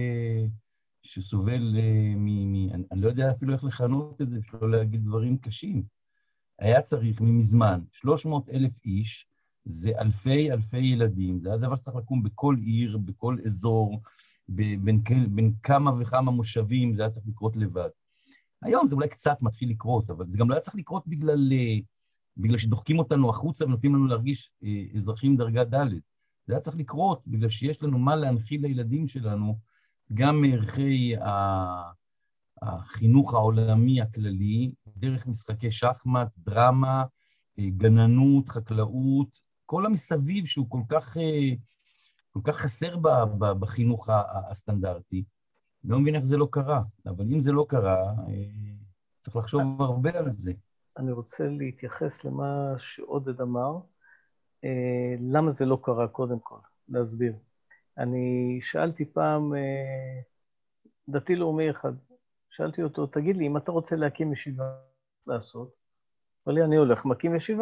שסובל אני לא יודע אפילו איך לכנות את זה, שלא להגיד דברים קשים. היה צריך ממזמן, 300,000 איש, זה אלפי ילדים, זה הדבר שצריך לקום בכל עיר, בכל אזור, בין כמה וכמה מושבים, זה היה צריך לקרות לבד. היום זה אולי קצת מתחיל לקרות, אבל זה גם לא היה צריך לקרות בגלל שדוחקים אותנו החוצה ונותנים לנו להרגיש אזרחים דרגה ד'. זה היה צריך לקרות בגלל שיש לנו מה להנחיל לילדים שלנו, גם מערכי החינוך העולמי הכללי, דרך משחקי שחמט, דרמה, גננות, חקלאות, כל המסביב שהוא כל כך חסר בחינוך הסטנדרטי. לא מבין איך זה לא קרה, אבל אם זה לא קרה, צריך לחשוב הרבה על זה. אני רוצה להתייחס למה שעודד אמר, למה זה לא קרה קודם כל, להסביר. אני שאלתי פעם, דתי לאומי אחד, שאלתי אותו, תגיד לי, אם אתה רוצה להקים ישיבה, לעשות? אמר לי, אני הולך, מקים ישיבה.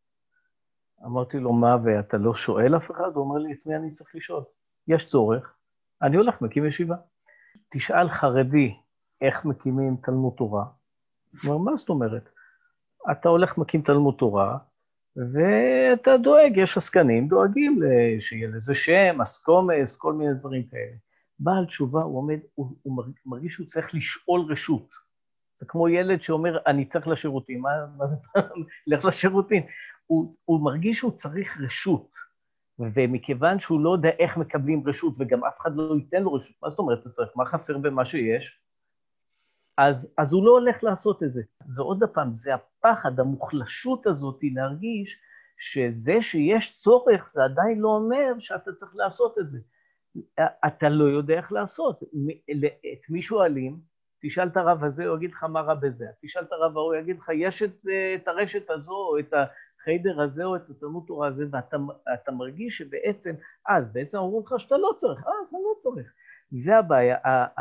אמרתי לו, מה, ואתה לא שואל אף אחד? הוא אומר לי, את מי אני צריך לשאול? יש צורך, אני הולך, מקים ישיבה. תשאל חרדי איך מקימים תלמוד תורה. הוא אומר, מה זאת אומרת? אתה הולך, מקים תלמוד תורה, ואתה דואג, יש עסקנים, דואגים שיהיה לזה שם, אסקומס, כל מיני דברים כאלה. בעל תשובה, הוא מרגיש שהוא צריך לשאול רשות. זה כמו ילד שאומר, אני צריך לשירותים, לך לשירותים. הוא מרגיש שהוא צריך רשות, ומכיוון שהוא לא יודע איך מקבלים רשות, וגם אף אחד לא ייתן לו רשות, מה זאת אומרת, אתה צריך, מה חסר במה שיש? אז הוא לא הולך לעשות את זה. זה עוד הפעם, זה הפחד, המוחלשות הזאת להרגיש שזה שיש צורך, זה עדיין לא אומר שאתה צריך לעשות את זה. אתה לא יודע איך לעשות. את מי שואלים, תשאל את הרב הזה, הוא יגיד לך מה רע בזה. תשאל את הרב ההוא, הוא יגיד לך, יש את הרשת הזו, או את החיידר הזה, או את התלמוד תורה הזה, ואתה מרגיש שבעצם, בעצם אומרים לך שאתה לא צריך, אז אני לא צריך. זה הבעיה,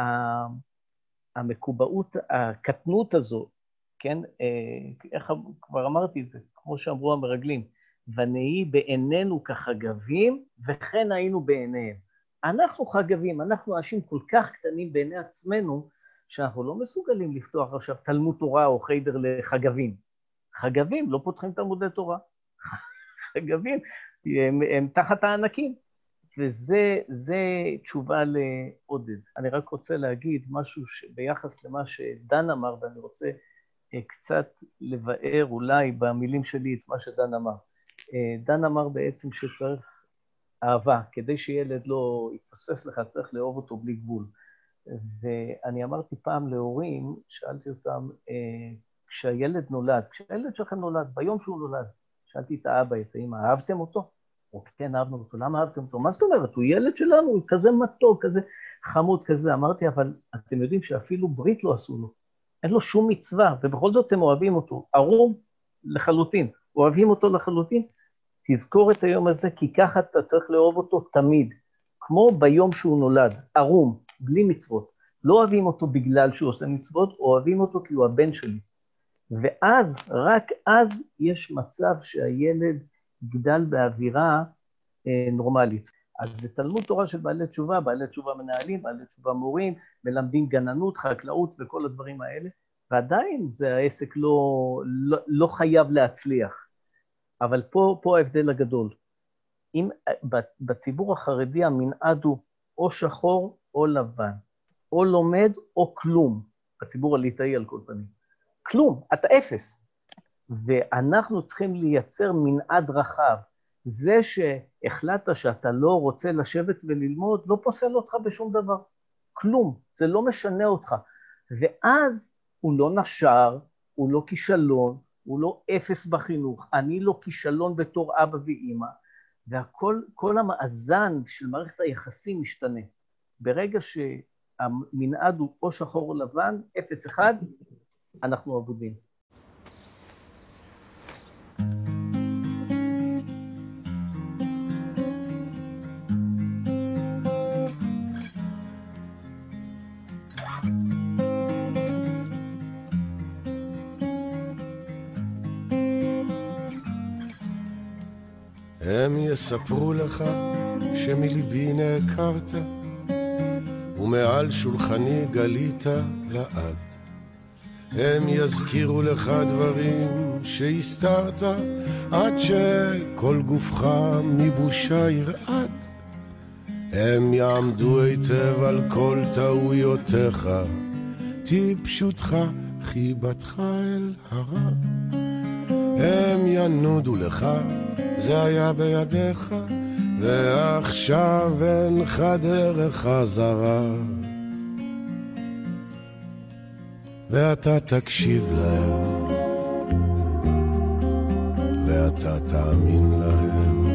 המקובעות, הקטנות הזו, כן, איך כבר אמרתי את זה, כמו שאמרו המרגלים, ונהי בעינינו כחגבים, וכן היינו בעיניהם. אנחנו חגבים, אנחנו אנשים כל כך קטנים בעיני עצמנו, שאנחנו לא מסוגלים לפתוח עכשיו תלמוד תורה או חיידר לחגבים. חגבים לא פותחים תלמודי תורה. חגבים הם תחת הענקים. וזה תשובה לעודד. אני רק רוצה להגיד משהו ביחס למה שדן אמר, ואני רוצה קצת לבאר אולי במילים שלי את מה שדן אמר. דן אמר בעצם שצריך אהבה, כדי שילד לא יתפספס לך, צריך לאהוב אותו בלי גבול. ואני אמרתי פעם להורים, שאלתי אותם, כשהילד שלכם נולד, ביום שהוא נולד, שאלתי את האבא, את האמא, אהבתם אותו? או כן, אהבנו אותו, למה אהבתם אותו? מה זאת אומרת? הוא ילד שלנו, הוא כזה מתוק, כזה חמוד כזה. אמרתי, אבל אתם יודעים שאפילו ברית לא עשו לו. אין לו שום מצווה, ובכל זאת אתם אוהבים אותו. ערום לחלוטין. אוהבים אותו לחלוטין. תזכור את היום הזה, כי ככה אתה צריך לאהוב אותו תמיד. כמו ביום שהוא נולד, ערום, בלי מצוות. לא אוהבים אותו בגלל שהוא עושה מצוות, אוהבים אותו כי הוא הבן שלי. ואז, רק אז יש מצב שהילד גדל באווירה נורמלית. אז זה תלמוד תורה של בעלי תשובה מנהלים, בעלי תשובה מורים, מלמדים גננות, חקלאות וכל הדברים האלה, ועדיין זה העסק לא חייב להצליח. אבל פה ההבדל הגדול. אם בציבור החרדי המנעד הוא או שחור או לבן, או לומד או כלום, בציבור הליטאי על כל פנים. כלום, אתה אפס. ואנחנו צריכים לייצר מנעד רחב. זה שהחלטת שאתה לא רוצה לשבת וללמוד, לא פוסל אותך בשום דבר. כלום, זה לא משנה אותך. ואז הוא לא נשר, הוא לא כישלון, הוא לא אפס בחינוך, אני לא כישלון בתור אבא ואמא, וכל המאזן של מערכת היחסים משתנה. ברגע שהמנעד הוא או שחור או לבן, 0-1, אנחנו עבודים. הם יספרו לך שמליבי נעקרת ומעל שולחני גלית לעד. הם יזכירו לך דברים שהסתרת עד שכל גופך מבושה ירעד. הם יעמדו היטב על כל טעויותיך, טיפשותך, חיבתך אל הרע. הם ינודו לך, זה היה בידיך, ועכשיו אינך דרך חזרה. ואתה תקשיב להם, ואתה תאמין להם.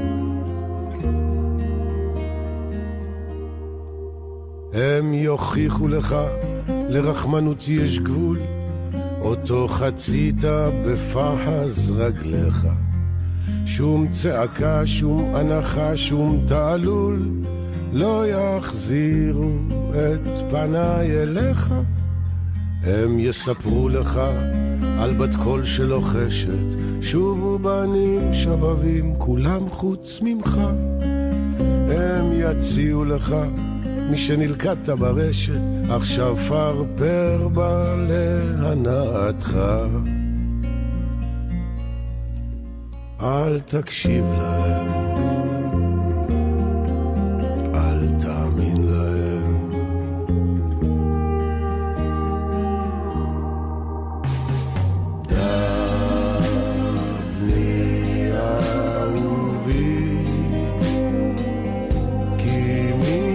הם יוכיחו לך, לרחמנות יש גבול, אותו חצית בפחז רגליך. שום צעקה, שום הנחה, שום תעלול לא יחזירו את פניי אליך. הם יספרו לך על בת קול שלוחשת, שובו בנים שובבים כולם חוץ ממך. הם יציעו לך מי שנלקטת ברשת, עכשיו פרפר בה להנאתך. אל תקשיב להם, אל תאמין להם. דבני אהובי, כי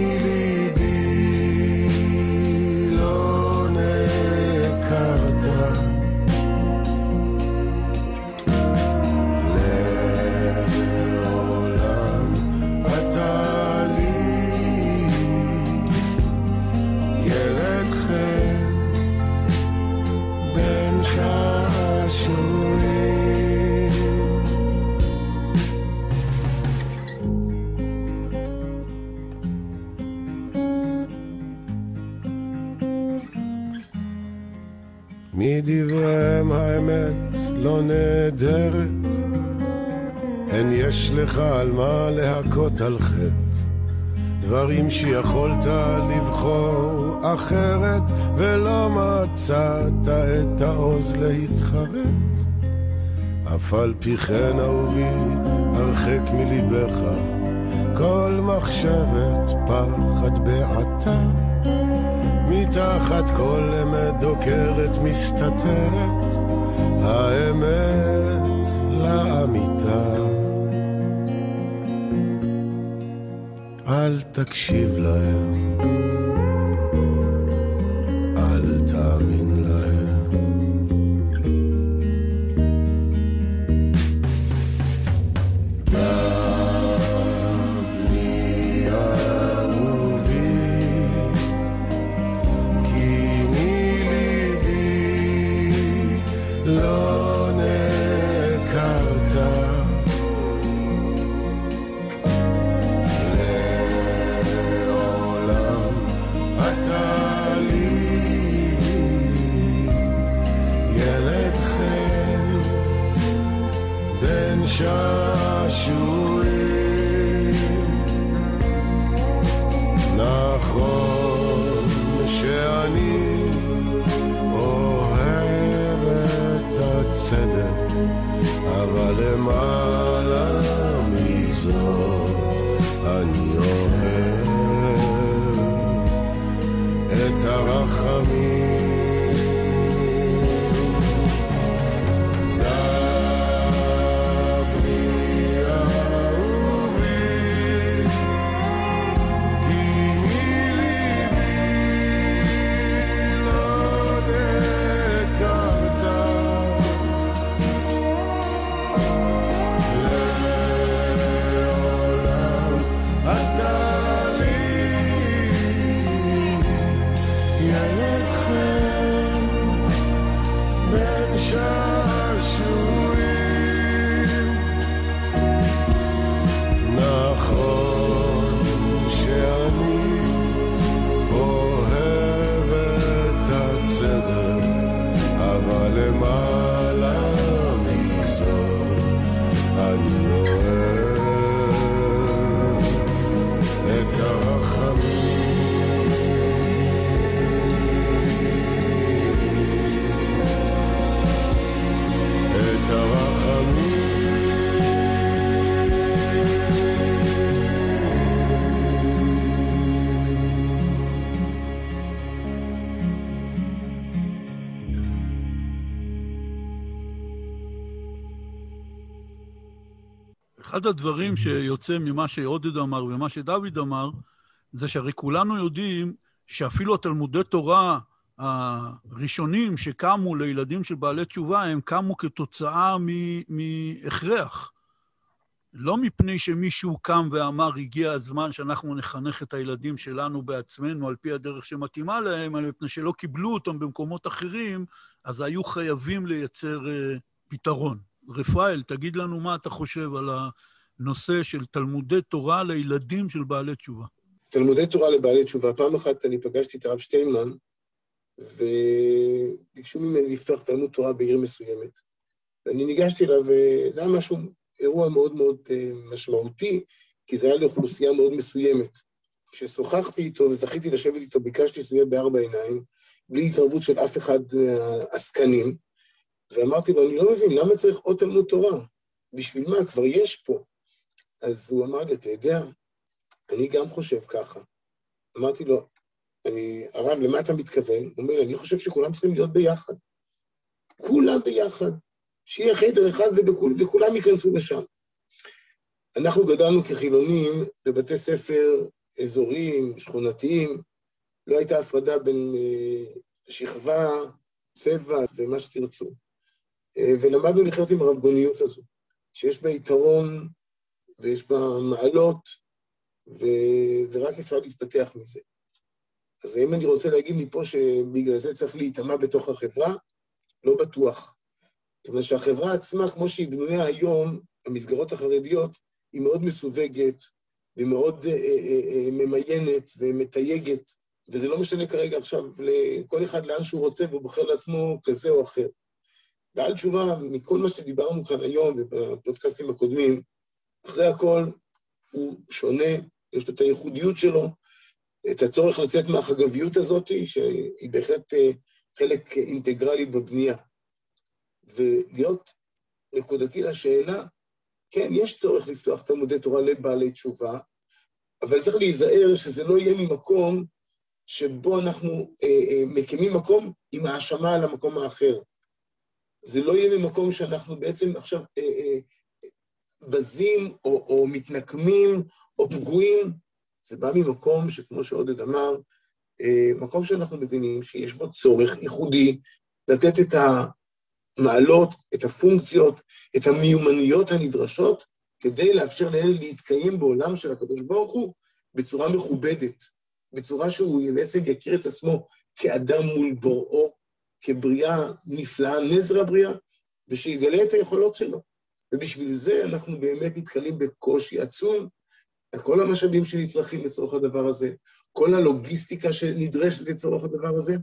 מליבי לא נעקרת. מדבריהם האמת לא נהדרת, הן יש לך על מה להכות על חטא. דברים שיכולת לבחור אחרת, ולא מצאת את העוז להתחרט. אף על פי כן אהובי, הרחק מליבך כל מחשבת פחד בעתה. מתחת כל אמת דוקרת מסתתרת האמת לאמיתה. אל תקשיב להם, אל תאמין להם. לא נעקרת, לעולם אתה לי ילד חן בן שעשועים. נכון שאני צדק, אבל למעלה מזאת אני אוהב את הרחמים. נכון שאני אוהב את הצדק, אבל למעלה מזאת אני אוהב את הרחמים. את הרחמים. אחד הדברים שיוצא ממה שעודד אמר ומה שדוד אמר, זה שהרי כולנו יודעים שאפילו התלמודי תורה הראשונים שקמו לילדים של בעלי תשובה, הם קמו כתוצאה מהכרח. לא מפני שמישהו קם ואמר, הגיע הזמן שאנחנו נחנך את הילדים שלנו בעצמנו על פי הדרך שמתאימה להם, אלא מפני שלא קיבלו אותם במקומות אחרים, אז היו חייבים לייצר פתרון. רפאל, תגיד לנו מה אתה חושב על הנושא של תלמודי תורה לילדים של בעלי תשובה. תלמודי תורה לבעלי תשובה. פעם אחת אני פגשתי את הרב שטיינמן, וביקשו ממני לפתוח תלמוד תורה בעיר מסוימת. ואני ניגשתי אליו, וזה היה משהו, אירוע מאוד מאוד משמעותי, כי זה היה לאוכלוסייה מאוד מסוימת. כששוחחתי איתו וזכיתי לשבת איתו, ביקשתי שזה יהיה בארבע עיניים, בלי התערבות של אף אחד מהעסקנים, ואמרתי לו, אני לא מבין, למה צריך עוד תלמוד תורה? בשביל מה? כבר יש פה. אז הוא אמר לי, אתה יודע, אני גם חושב ככה. אמרתי לו, הרב, למה אתה מתכוון? הוא אומר, אני חושב שכולם צריכים להיות ביחד. כולם ביחד. שיהיה חדר אחד וכולם ייכנסו לשם. אנחנו גדלנו כחילונים בבתי ספר אזוריים, שכונתיים, לא הייתה הפרדה בין שכבה, צבע ומה שתרצו. ולמדנו לחיות עם הרבגוניות הזו, שיש בה יתרון ויש בה מעלות, ורק אפשר להתפתח מזה. אז אם אני רוצה להגיד מפה שבגלל זה צריך להתאמה בתוך החברה, לא בטוח. זאת אומרת שהחברה עצמה, כמו שהיא בנויה היום, המסגרות החרדיות, היא מאוד מסווגת, ומאוד ממיינת ומתייגת, וזה לא משנה כרגע עכשיו לכל אחד לאן שהוא רוצה, והוא בוחר לעצמו כזה או אחר. בעל תשובה, מכל מה שדיברנו כאן היום ובפודקאסטים הקודמים, אחרי הכל הוא שונה, יש לו את הייחודיות שלו, את הצורך לצאת מהחגביות הזאת, שהיא בהחלט חלק אינטגרלי בבנייה. ולהיות נקודתי לשאלה, כן, יש צורך לפתוח תלמודי תורה לבעלי תשובה, אבל צריך להיזהר שזה לא יהיה ממקום שבו אנחנו מקימים מקום עם האשמה על המקום האחר. זה לא יהיה ממקום שאנחנו בעצם עכשיו בזים או מתנקמים או פגועים. זה בא ממקום שכמו שעודד אמר, מקום שאנחנו מבינים שיש בו צורך ייחודי לתת את המעלות, את הפונקציות, את המיומנויות הנדרשות, כדי לאפשר לאלה להתקיים בעולם של הקדוש ברוך הוא בצורה מכובדת, בצורה שהוא בעצם יכיר את עצמו כאדם מול בוראו, כבריאה נפלאה, נזר הבריאה, ושיגלה את היכולות שלו. ובשביל זה אנחנו באמת נתקלים בקושי עצום, כל המשאבים שנצרכים לצורך הדבר הזה, כל הלוגיסטיקה שנדרשת לצורך הדבר הזה,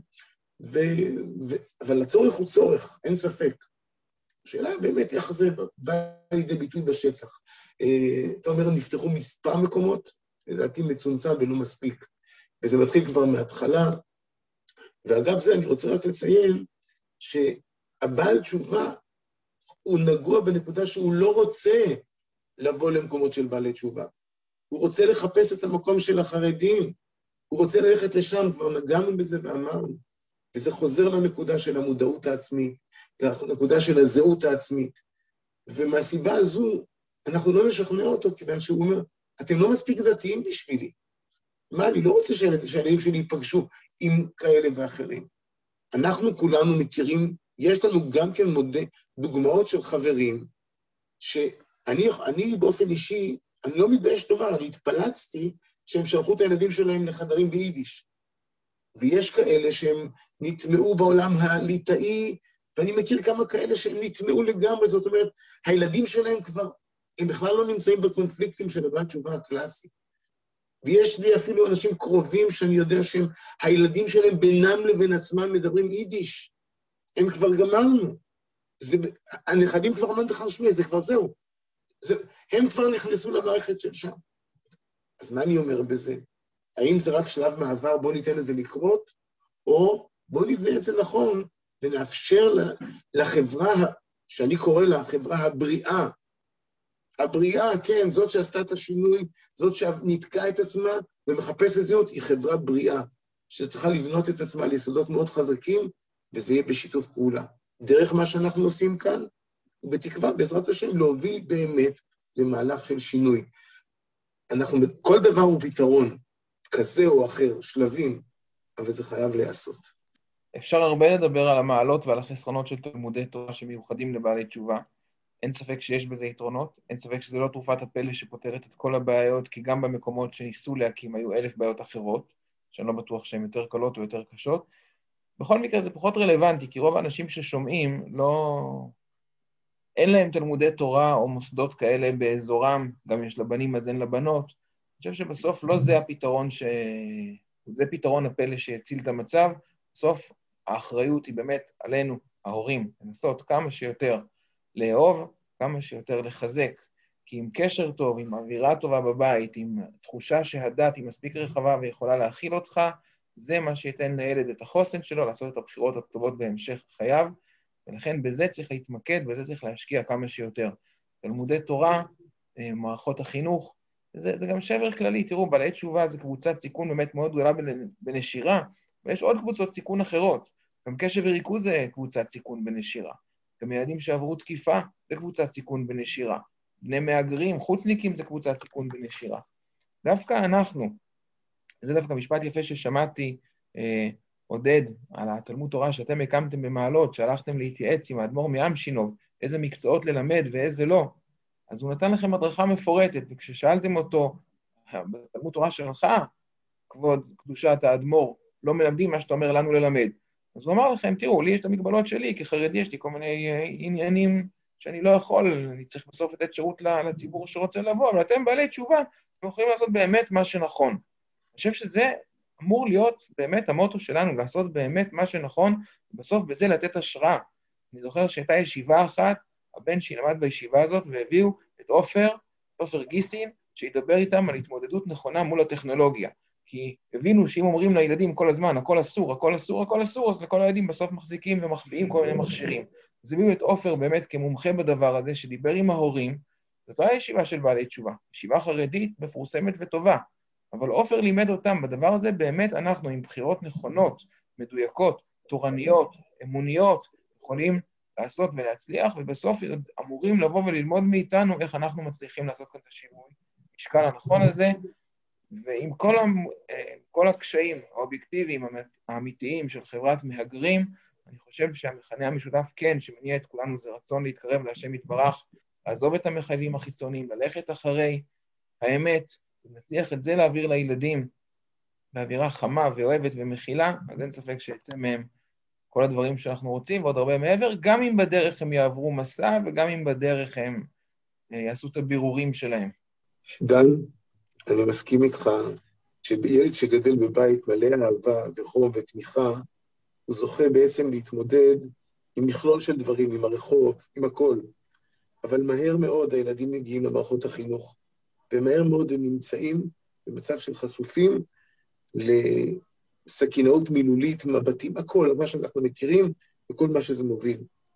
אבל הצורך הוא צורך, אין ספק. השאלה באמת איך זה בא לידי ביטוי בשטח. אתה אומר, נפתחו מספר מקומות, לדעתי מצומצם ולא מספיק, וזה מתחיל כבר מההתחלה, ואגב זה אני רוצה רק לציין, שהבעל תשובה הוא נגוע בנקודה שהוא לא רוצה לבוא למקומות של בעלי תשובה. הוא רוצה לחפש את המקום של החרדים, הוא רוצה ללכת לשם, כבר נגענו בזה ואמרנו. וזה חוזר לנקודה של המודעות העצמית, לנקודה של הזהות העצמית. ומהסיבה הזו, אנחנו לא נשכנע אותו, כיוון שהוא אומר, אתם לא מספיק דתיים בשבילי. מה, אני לא רוצה שהילדים שלי ייפגשו עם כאלה ואחרים. אנחנו כולנו מכירים, יש לנו גם כן דוגמאות של חברים, שאני באופן אישי, אני לא מתבייש לומר, אני התפלצתי שהם שלחו את הילדים שלהם לחדרים ביידיש. ויש כאלה שהם נטמעו בעולם הליטאי, ואני מכיר כמה כאלה שהם נטמעו לגמרי, זאת אומרת, הילדים שלהם כבר הם בכלל לא נמצאים בקונפליקטים של הבעל תשובה הקלאסי. ויש לי אפילו אנשים קרובים שאני יודע שהם, הילדים שלהם בינם לבין עצמם מדברים יידיש. הם כבר גמרנו. הנכדים כבר עמד בכלל שמי, זה כבר זהו. הם כבר נכנסו למערכת של שם. אז מה אני אומר בזה? האם זה רק שלב מעבר, בוא ניתן לזה לקרות, או בוא נבנה את זה נכון, ונאפשר לחברה, שאני קורא לה חברה הבריאה, הבריאה, כן, זאת שעשתה את השינוי, זאת שנתקעה את עצמה ומחפשת זאת, היא חברה בריאה, שצריכה לבנות את עצמה ליסודות מאוד חזקים, וזה יהיה בשיתוף פעולה. דרך מה שאנחנו עושים כאן, ובתקווה, בעזרת השם, להוביל באמת למהלך של שינוי. כל דבר הוא פתרון, כזה או אחר, שלבים, אבל זה חייב להיעשות. אפשר הרבה לדבר על המעלות ועל החסרונות של תלמודי תורה שמיוחדים לבעלי תשובה. אין ספק שיש בזה יתרונות, אין ספק שזה לא תרופת הפלא שפותרת את כל הבעיות, כי גם במקומות שניסו להקים היו 1000 בעיות אחרות, שאני לא בטוח שהן יותר קלות או יותר קשות. בכל מקרה זה פחות רלוונטי, כי רוב האנשים ששומעים אין להם תלמודי תורה או מוסדות כאלה באזורם, גם יש לבנים אז אין לבנות. אני חושב שבסוף לא זה הפתרון זה פתרון הפלא שיציל את המצב. בסוף האחריות היא באמת עלינו, ההורים, לנסות כמה שיותר לאהוב, כמה שיותר לחזק, כי עם קשר טוב, עם אווירה טובה בבית, עם תחושה שהדת היא מספיק רחבה ויכולה להכיל אותך, זה מה שייתן לילד את החוסן שלו, לעשות את הבחירות הטובות בהמשך חייו, ולכן בזה צריך להתמקד, בזה צריך להשקיע כמה שיותר. תלמודי תורה, מערכות החינוך, זה גם שבר כללי. תראו, בעלי תשובה זה קבוצת סיכון באמת מאוד גדולה בנשירה, ויש עוד קבוצות סיכון אחרות. גם קשב וריכוז זה קבוצת סיכון בנשירה. גם ילדים שעברו תקיפה זה קבוצת סיכון בנשירה. בני מהגרים, חוצניקים זה קבוצת סיכון בנשירה. דווקא אנחנו, זה דווקא משפט יפה ששמעתי, עודד, על התלמוד תורה שאתם הקמתם במעלות, שהלכתם להתייעץ עם האדמו"ר מאמשינוב, איזה מקצועות ללמד ואיזה לא. אז הוא נתן לכם הדרכה מפורטת, וכששאלתם אותו, בתלמוד תורה שלך, כבוד קדושת האדמו"ר, לא מלמדים מה שאתה אומר לנו ללמד. אז הוא אמר לכם, תראו, לי יש את המגבלות שלי, כחרדי יש לי כל מיני עניינים שאני לא יכול, אני צריך בסוף לתת שירות לציבור שרוצה לבוא, אבל אתם בעלי תשובה, אתם יכולים לעשות באמת מה שנכון. אני חושב שזה אמור להיות באמת המוטו שלנו, לעשות באמת מה שנכון, ובסוף בזה לתת השראה. אני זוכר שהייתה ישיבה אחת, הבן שלמד בישיבה הזאת, והביאו את עופר גיסין, שידבר איתם על התמודדות נכונה מול הטכנולוגיה. כי הבינו שאם אומרים לילדים כל הזמן, הכל אסור, הכל אסור, הכל אסור, אז לכל הילדים בסוף מחזיקים ומחביאים כל מיני מכשירים. אז הביאו את עופר באמת כמומחה בדבר הזה, שדיבר עם ההורים, זאת לא הישיבה של בעלי תשובה, ישיבה חרדית מפורסמת וטובה, אבל עופר לימד אותם בדבר הזה, באמת אנחנו עם בחירות נכונות, מדויקות, תורניות, אמוניות, יכולים לעשות ולהצליח, ובסוף אמורים לבוא וללמוד מאיתנו איך אנחנו מצליחים לעשות כאן את השינוי, משקל הנכון הזה, ועם כל הקשיים האובייקטיביים האמיתיים של חברת מהגרים, אני חושב שהמכנה המשותף כן, שמניע את כולנו, זה רצון להתקרב להשם יתברך, לעזוב את המחייבים החיצוניים, ללכת אחרי האמת, ונצליח את זה להעביר לילדים, באווירה חמה ואוהבת ומכילה, אז אין ספק שיצא מהם כל הדברים שאנחנו רוצים, ועוד הרבה מעבר, גם אם בדרך הם יעברו מסע, וגם אם בדרך הם יעשו את הבירורים שלהם. דן, אני מסכים איתך, שילד שגדל בבית מלא אהבה וחום ותמיכה, הוא זוכה בעצם להתמודד עם מכלול של דברים, עם הרחוב, עם הכל. אבל מהר מאוד הילדים מגיעים למערכות החינוך, ומהר מאוד הם נמצאים במצב של חשופים לסכינאות מילולית, מבטים, הכל, מה שאנחנו מכירים, וכל מה שזה מוביל.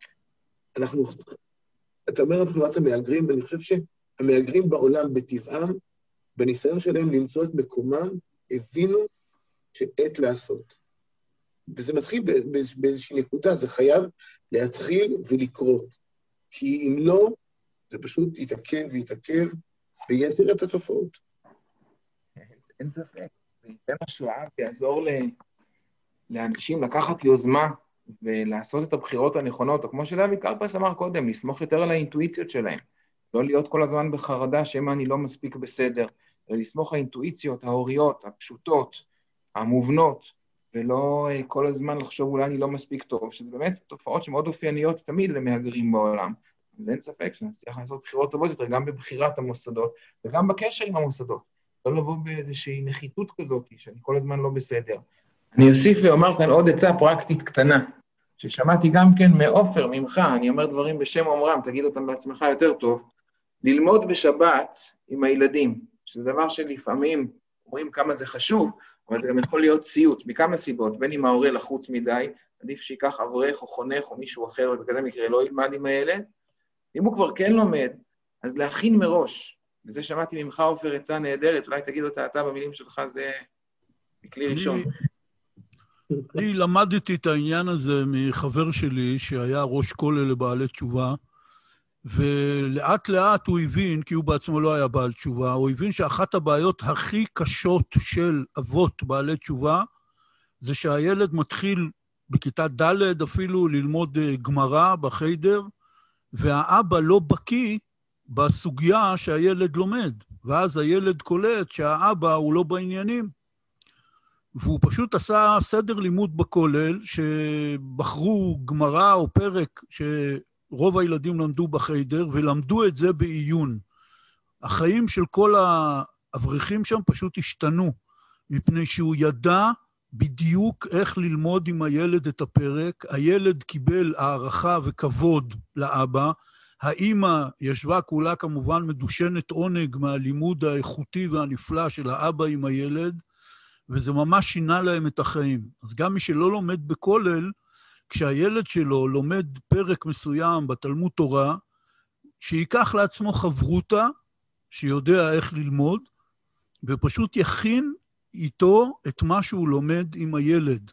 אתה אומר על תנועת המהגרים, ואני חושב שהמהגרים בעולם בטבעם, בניסיון שלהם למצוא את מקומם, הבינו שעת לעשות. וזה מתחיל באיזושהי נקודה, זה חייב להתחיל ולקרות. כי אם לא, זה פשוט יתעכב ויתעכב, וייצר את התופעות. אין ספק, זה ייתן השראה ויעזור לאנשים לקחת יוזמה, ולעשות את הבחירות הנכונות, או כמו שדוד קרפס אמר קודם, לסמוך יותר על האינטואיציות שלהם, לא להיות כל הזמן בחרדה שמה אני לא מספיק בסדר, אלא לסמוך האינטואיציות, ההוריות, הפשוטות, המובנות, ולא כל הזמן לחשוב אולי אני לא מספיק טוב, שזה באמת תופעות שמאוד אופייניות תמיד למהגרים בעולם. אז אין ספק שנצליח לעשות בחירות טובות יותר, גם בבחירת המוסדות, וגם בקשר עם המוסדות. לא לבוא באיזושהי נחיתות כזאת, שאני כל הזמן לא בסדר. אני אוסיף ואומר כאן עוד עצה פרקטית קטנה, ששמעתי גם כן מאופר, ממך, אני אומר דברים בשם אומרם, תגיד אותם בעצמך יותר טוב, ללמוד בשבת עם הילדים, שזה דבר שלפעמים אומרים כמה זה חשוב, אבל זה גם יכול להיות סיוט, מכמה סיבות, בין אם ההורה לחוץ מדי, עדיף שיקח אברך או חונך או מישהו אחר, ובכזה מקרה לא ילמד עם הילד, אם הוא כבר כן לומד, אז להכין מראש, וזה שמעתי ממך אופר עצה נהדרת, אולי תגיד אותה אתה במילים שלך, זה מכלי ראשון. אני למדתי את העניין הזה מחבר שלי, שהיה ראש כולל לבעלי תשובה, ולאט לאט הוא הבין, כי הוא בעצמו לא היה בעל תשובה, הוא הבין שאחת הבעיות הכי קשות של אבות בעלי תשובה, זה שהילד מתחיל בכיתה ד' אפילו ללמוד גמרא בחיידר, והאבא לא בקיא בסוגיה שהילד לומד, ואז הילד קולט שהאבא הוא לא בעניינים, והוא פשוט עשה סדר לימוד בכולל, שבחרו גמרא או פרק שרוב הילדים למדו בחיידר, ולמדו את זה בעיון. החיים של כל האברכים שם פשוט השתנו, מפני שהוא ידע בדיוק איך ללמוד עם הילד את הפרק, הילד קיבל הערכה וכבוד לאבא, האמא ישבה כולה כמובן מדושנת עונג מהלימוד האיכותי והנפלא של האבא עם הילד, וזה ממש שינה להם את החיים. אז גם מי שלא לומד בכולל, כשהילד שלו לומד פרק מסוים בתלמוד תורה, שיקח לעצמו חברותה, שיודע איך ללמוד, ופשוט יכין איתו את מה שהוא לומד עם הילד.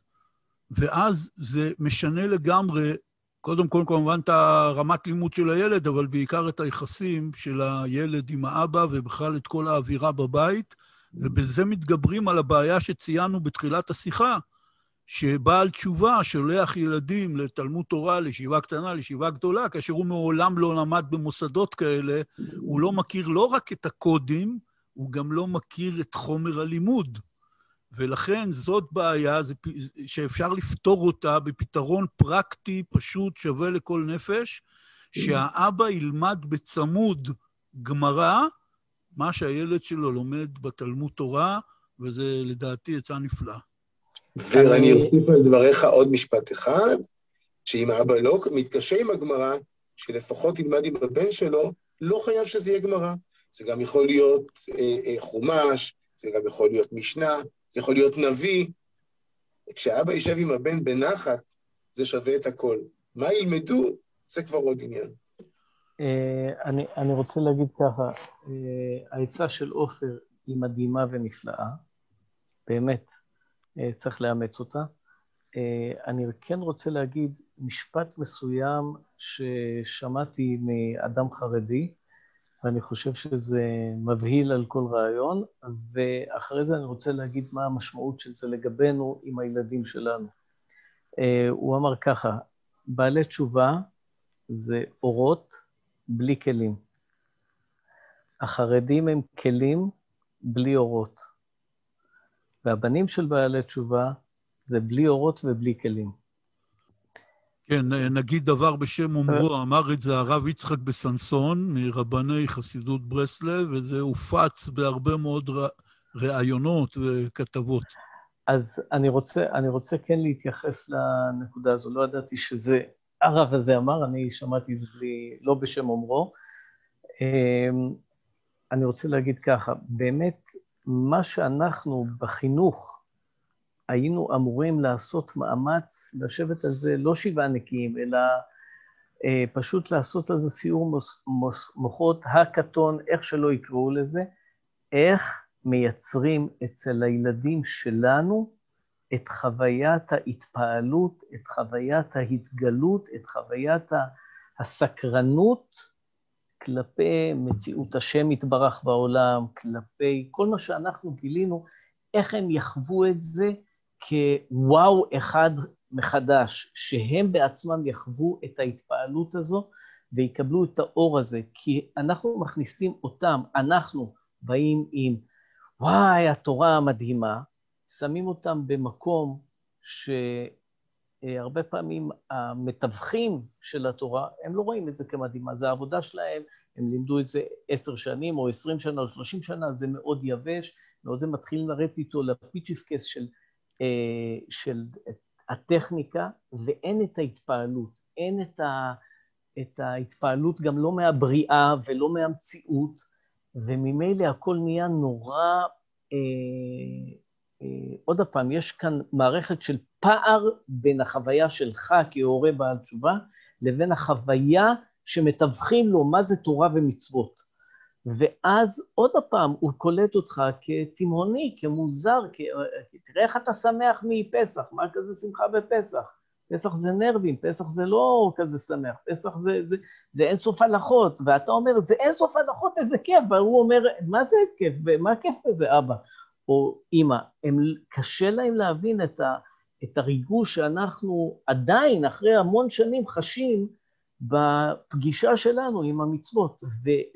ואז זה משנה לגמרי, קודם כל כמובן את הרמת לימוד של הילד, אבל בעיקר את היחסים של הילד עם האבא, ובכלל את כל האווירה בבית, ובזה מתגברים על הבעיה שציינו בתחילת השיחה, שבעל תשובה שולח ילדים לתלמוד תורה, לישיבה קטנה, לישיבה גדולה, כאשר הוא מעולם לא למד במוסדות כאלה, הוא לא מכיר לא רק את הקודים, הוא גם לא מכיר את חומר הלימוד. ולכן זאת בעיה שאפשר לפתור אותה בפתרון פרקטי, פשוט, שווה לכל נפש, שהאבא ילמד בצמוד גמרא, מה שהילד שלו לומד בתלמוד תורה, וזה לדעתי עצה נפלאה. ואני אוסיף על דבריך עוד משפט אחד, שאם האבא לא מתקשה עם הגמרא, שלפחות ילמד עם הבן שלו, לא חייב שזה יהיה גמרא. זה גם יכול להיות חומש, זה גם יכול להיות משנה, זה יכול להיות נביא. כשאבא יישב עם הבן בנחת, זה שווה את הכל. מה ילמדו? זה כבר עוד עניין. אני רוצה להגיד ככה, העצה של עופר היא מדהימה ונפלאה, באמת צריך לאמץ אותה. אני כן רוצה להגיד משפט מסוים ששמעתי מאדם חרדי, ואני חושב שזה מבהיל על כל רעיון, ואחרי זה אני רוצה להגיד מה המשמעות של זה לגבינו עם הילדים שלנו. הוא אמר ככה, בעלי תשובה זה אורות בלי כלים. החרדים הם כלים בלי אורות. והבנים של בעלי תשובה זה בלי אורות ובלי כלים. כן, נגיד דבר בשם אומרו, אמר את זה הרב יצחק בסנסון, מרבני חסידות ברסלב, וזה הופץ בהרבה מאוד ראיונות וכתבות. אז אני רוצה כן להתייחס לנקודה הזו, לא ידעתי שזה, הרב הזה אמר, אני שמעתי זה לא בשם אומרו. אני רוצה להגיד ככה, באמת מה שאנחנו בחינוך, היינו אמורים לעשות מאמץ, לשבת על זה לא שבעה נקיים, אלא פשוט לעשות על זה סיור מוחות, הקטון, איך שלא יקראו לזה, איך מייצרים אצל הילדים שלנו את חוויית ההתפעלות, את חוויית ההתגלות, את חוויית הסקרנות כלפי מציאות השם יתברך בעולם, כלפי כל מה שאנחנו גילינו, איך הם יחוו את זה כוואו אחד מחדש, שהם בעצמם יחוו את ההתפעלות הזו ויקבלו את האור הזה, כי אנחנו מכניסים אותם, אנחנו באים עם וואי, התורה המדהימה, שמים אותם במקום הרבה פעמים המתווכים של התורה, הם לא רואים את זה כמדהימה, זה העבודה שלהם, הם לימדו את זה 10 שנים או 20 שנה או 30 שנה, זה מאוד יבש, מאוד זה מתחילים לרדת איתו לפיצ'יפקס של הטכניקה, ואין את ההתפעלות, אין את ההתפעלות גם לא מהבריאה ולא מהמציאות, וממילא הכל נהיה נורא, עוד הפעם, יש כאן מערכת של פער בין החוויה שלך כהורה בעל תשובה, לבין החוויה שמתווכים לו מה זה תורה ומצוות. ואז עוד הפעם הוא קולט אותך כתימהוני, כמוזר, תראה איך אתה שמח מפסח, מה כזה שמחה בפסח? פסח זה נרבים, פסח זה לא כזה שמח, פסח זה אין סוף הלכות, ואתה אומר, זה אין סוף הלכות, איזה כיף, והוא אומר, מה זה כיף, מה כיף בזה, אבא? או אמא, קשה להם להבין את הריגוש שאנחנו עדיין, אחרי המון שנים, חשים בפגישה שלנו עם המצוות,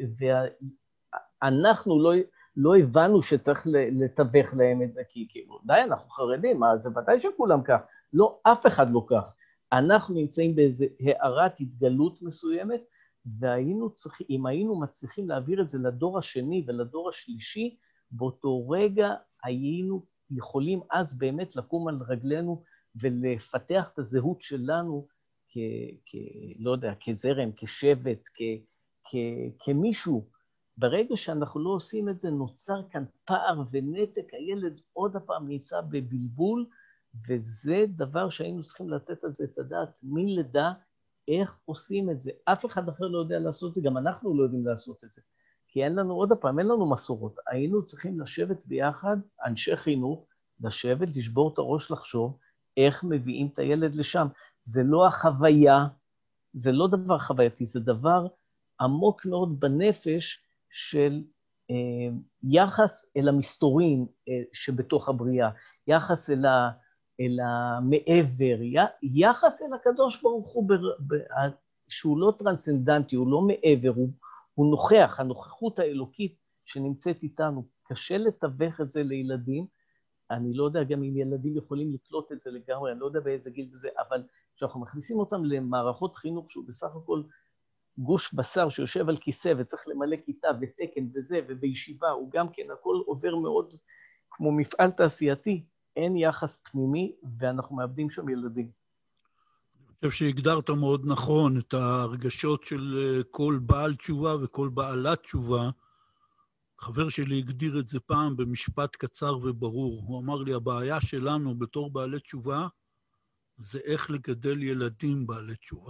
ואנחנו לא הבנו שצריך לתווך להם את זה, כי די, אנחנו חרדים, זה ודאי שכולם כך, לא, אף אחד לא כך. אנחנו נמצאים באיזו הערת התגלות מסוימת, אם היינו מצליחים להעביר את זה לדור השני ולדור השלישי, באותו רגע היינו יכולים אז באמת לקום על רגלינו ולפתח את הזהות שלנו לא יודע, כזרם, כשבט, כמישהו. ברגע שאנחנו לא עושים את זה, נוצר כאן פער ונתק, הילד עוד הפעם נמצא בבלבול, וזה דבר שהיינו צריכים לתת על זה את הדעת, מלידה, איך עושים את זה. אף אחד אחר לא יודע לעשות את זה, גם אנחנו לא יודעים לעשות את זה. כי אין לנו, עוד הפעם, אין לנו מסורות. היינו צריכים לשבת ביחד, אנשי חינוך, לשבת, לשבור את הראש, לחשוב, איך מביאים את הילד לשם. זה לא החוויה, זה לא דבר חווייתי, זה דבר עמוק מאוד בנפש של יחס אל המסתורים שבתוך הבריאה, יחס אל המעבר, יחס אל הקדוש ברוך הוא, שהוא לא טרנסצנדנטי, הוא לא מעבר, הוא נוכח, הנוכחות האלוקית שנמצאת איתנו. קשה לתווך את זה לילדים, אני לא יודע גם אם ילדים יכולים לקלוט את זה לגמרי, אני לא יודע באיזה גיל זה, אבל כשאנחנו מכניסים אותם למערכות חינוך, שהוא בסך הכל גוש בשר שיושב על כיסא וצריך למלא כיתה ותקן וזה, ובישיבה, הוא גם כן, הכל עובר מאוד כמו מפעל תעשייתי, אין יחס פנימי, ואנחנו מאבדים שם ילדים. אני חושב שהגדרת מאוד נכון את הרגשות של כל בעל תשובה וכל בעלת תשובה. חבר שלי הגדיר את זה פעם במשפט קצר וברור. הוא אמר לי, הבעיה שלנו בתור בעלי תשובה, זה איך לגדל ילדים בעלי תשובה.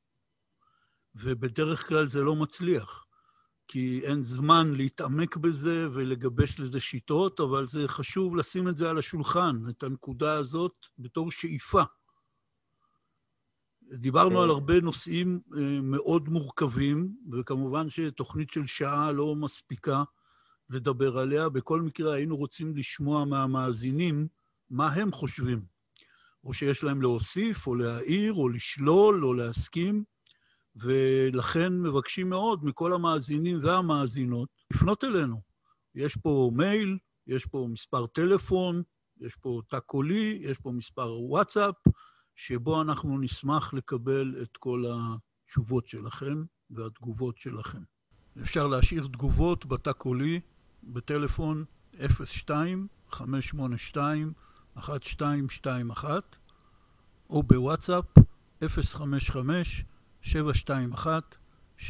ובדרך כלל זה לא מצליח, כי אין זמן להתעמק בזה ולגבש לזה שיטות, אבל זה חשוב לשים את זה על השולחן, את הנקודה הזאת בתור שאיפה. דיברנו על הרבה נושאים מאוד מורכבים, וכמובן שתוכנית של שעה לא מספיקה לדבר עליה. בכל מקרה היינו רוצים לשמוע מהמאזינים מה הם חושבים, או שיש להם להוסיף, או להעיר, או לשלול, או להסכים, ולכן מבקשים מאוד מכל המאזינים והמאזינות לפנות אלינו. יש פה מייל, יש פה מספר טלפון, יש פה תא קולי, יש פה מספר וואטסאפ, שבו אנחנו נשמח לקבל את כל התשובות שלכם והתגובות שלכם. אפשר להשאיר תגובות בתא קולי, בטלפון 02-582-1221, או בוואטסאפ 055-721-7941.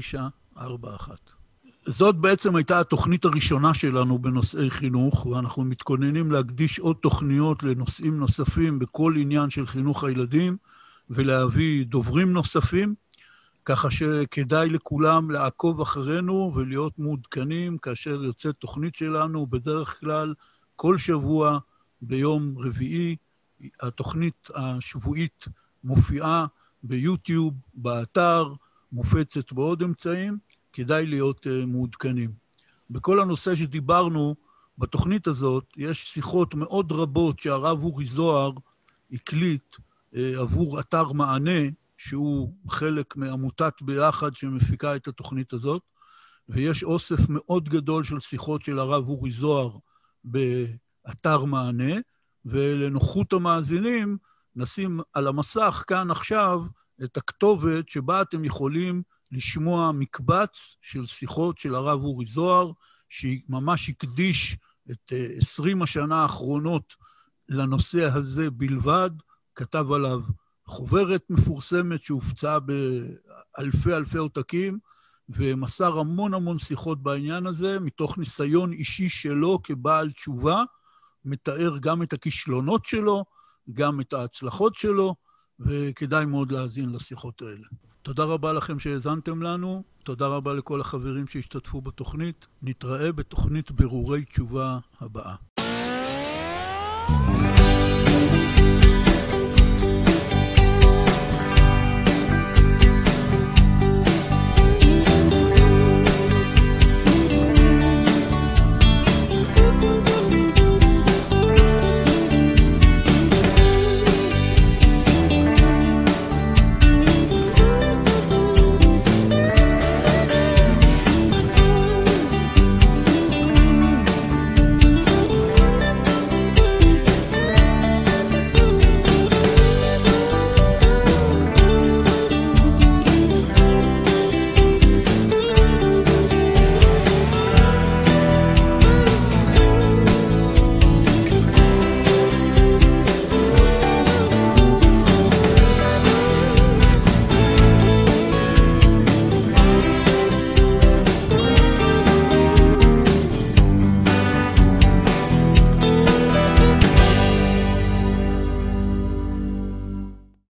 זאת בעצם הייתה התוכנית הראשונה שלנו בנושאי חינוך, ואנחנו מתכוננים להקדיש עוד תוכניות לנושאים נוספים בכל עניין של חינוך הילדים, ולהביא דוברים נוספים, ככה שכדאי לכולם לעקוב אחרינו ולהיות מעודכנים כאשר יוצאת תוכנית שלנו, בדרך כלל כל שבוע ביום רביעי. התוכנית השבועית מופיעה ביוטיוב, באתר, מופצת בעוד אמצעים, כדאי להיות מעודכנים. בכל הנושא שדיברנו בתוכנית הזאת, יש שיחות מאוד רבות שהרב אורי זוהר הקליט עבור אתר מענה, שהוא חלק מעמותת ביחד שמפיקה את התוכנית הזאת, ויש אוסף מאוד גדול של שיחות של הרב אורי זוהר באתר מענה, ולנוחות המאזינים נשים על המסך כאן עכשיו את הכתובת שבה אתם יכולים לשמוע מקבץ של שיחות של הרב אורי זוהר, שממש הקדיש את 20 השנה האחרונות לנושא הזה בלבד, כתב עליו חוברת מפורסמת שהופצה באלפי עותקים, ומסר המון שיחות בעניין הזה, מתוך ניסיון אישי שלו כבעל תשובה, מתאר גם את הכישלונות שלו, גם את ההצלחות שלו, וכדאי מאוד להאזין לשיחות האלה. תודה רבה לכם שהאזנתם לנו, תודה רבה לכל החברים שהשתתפו בתוכנית, נתראה בתוכנית ברורי תשובה הבאה.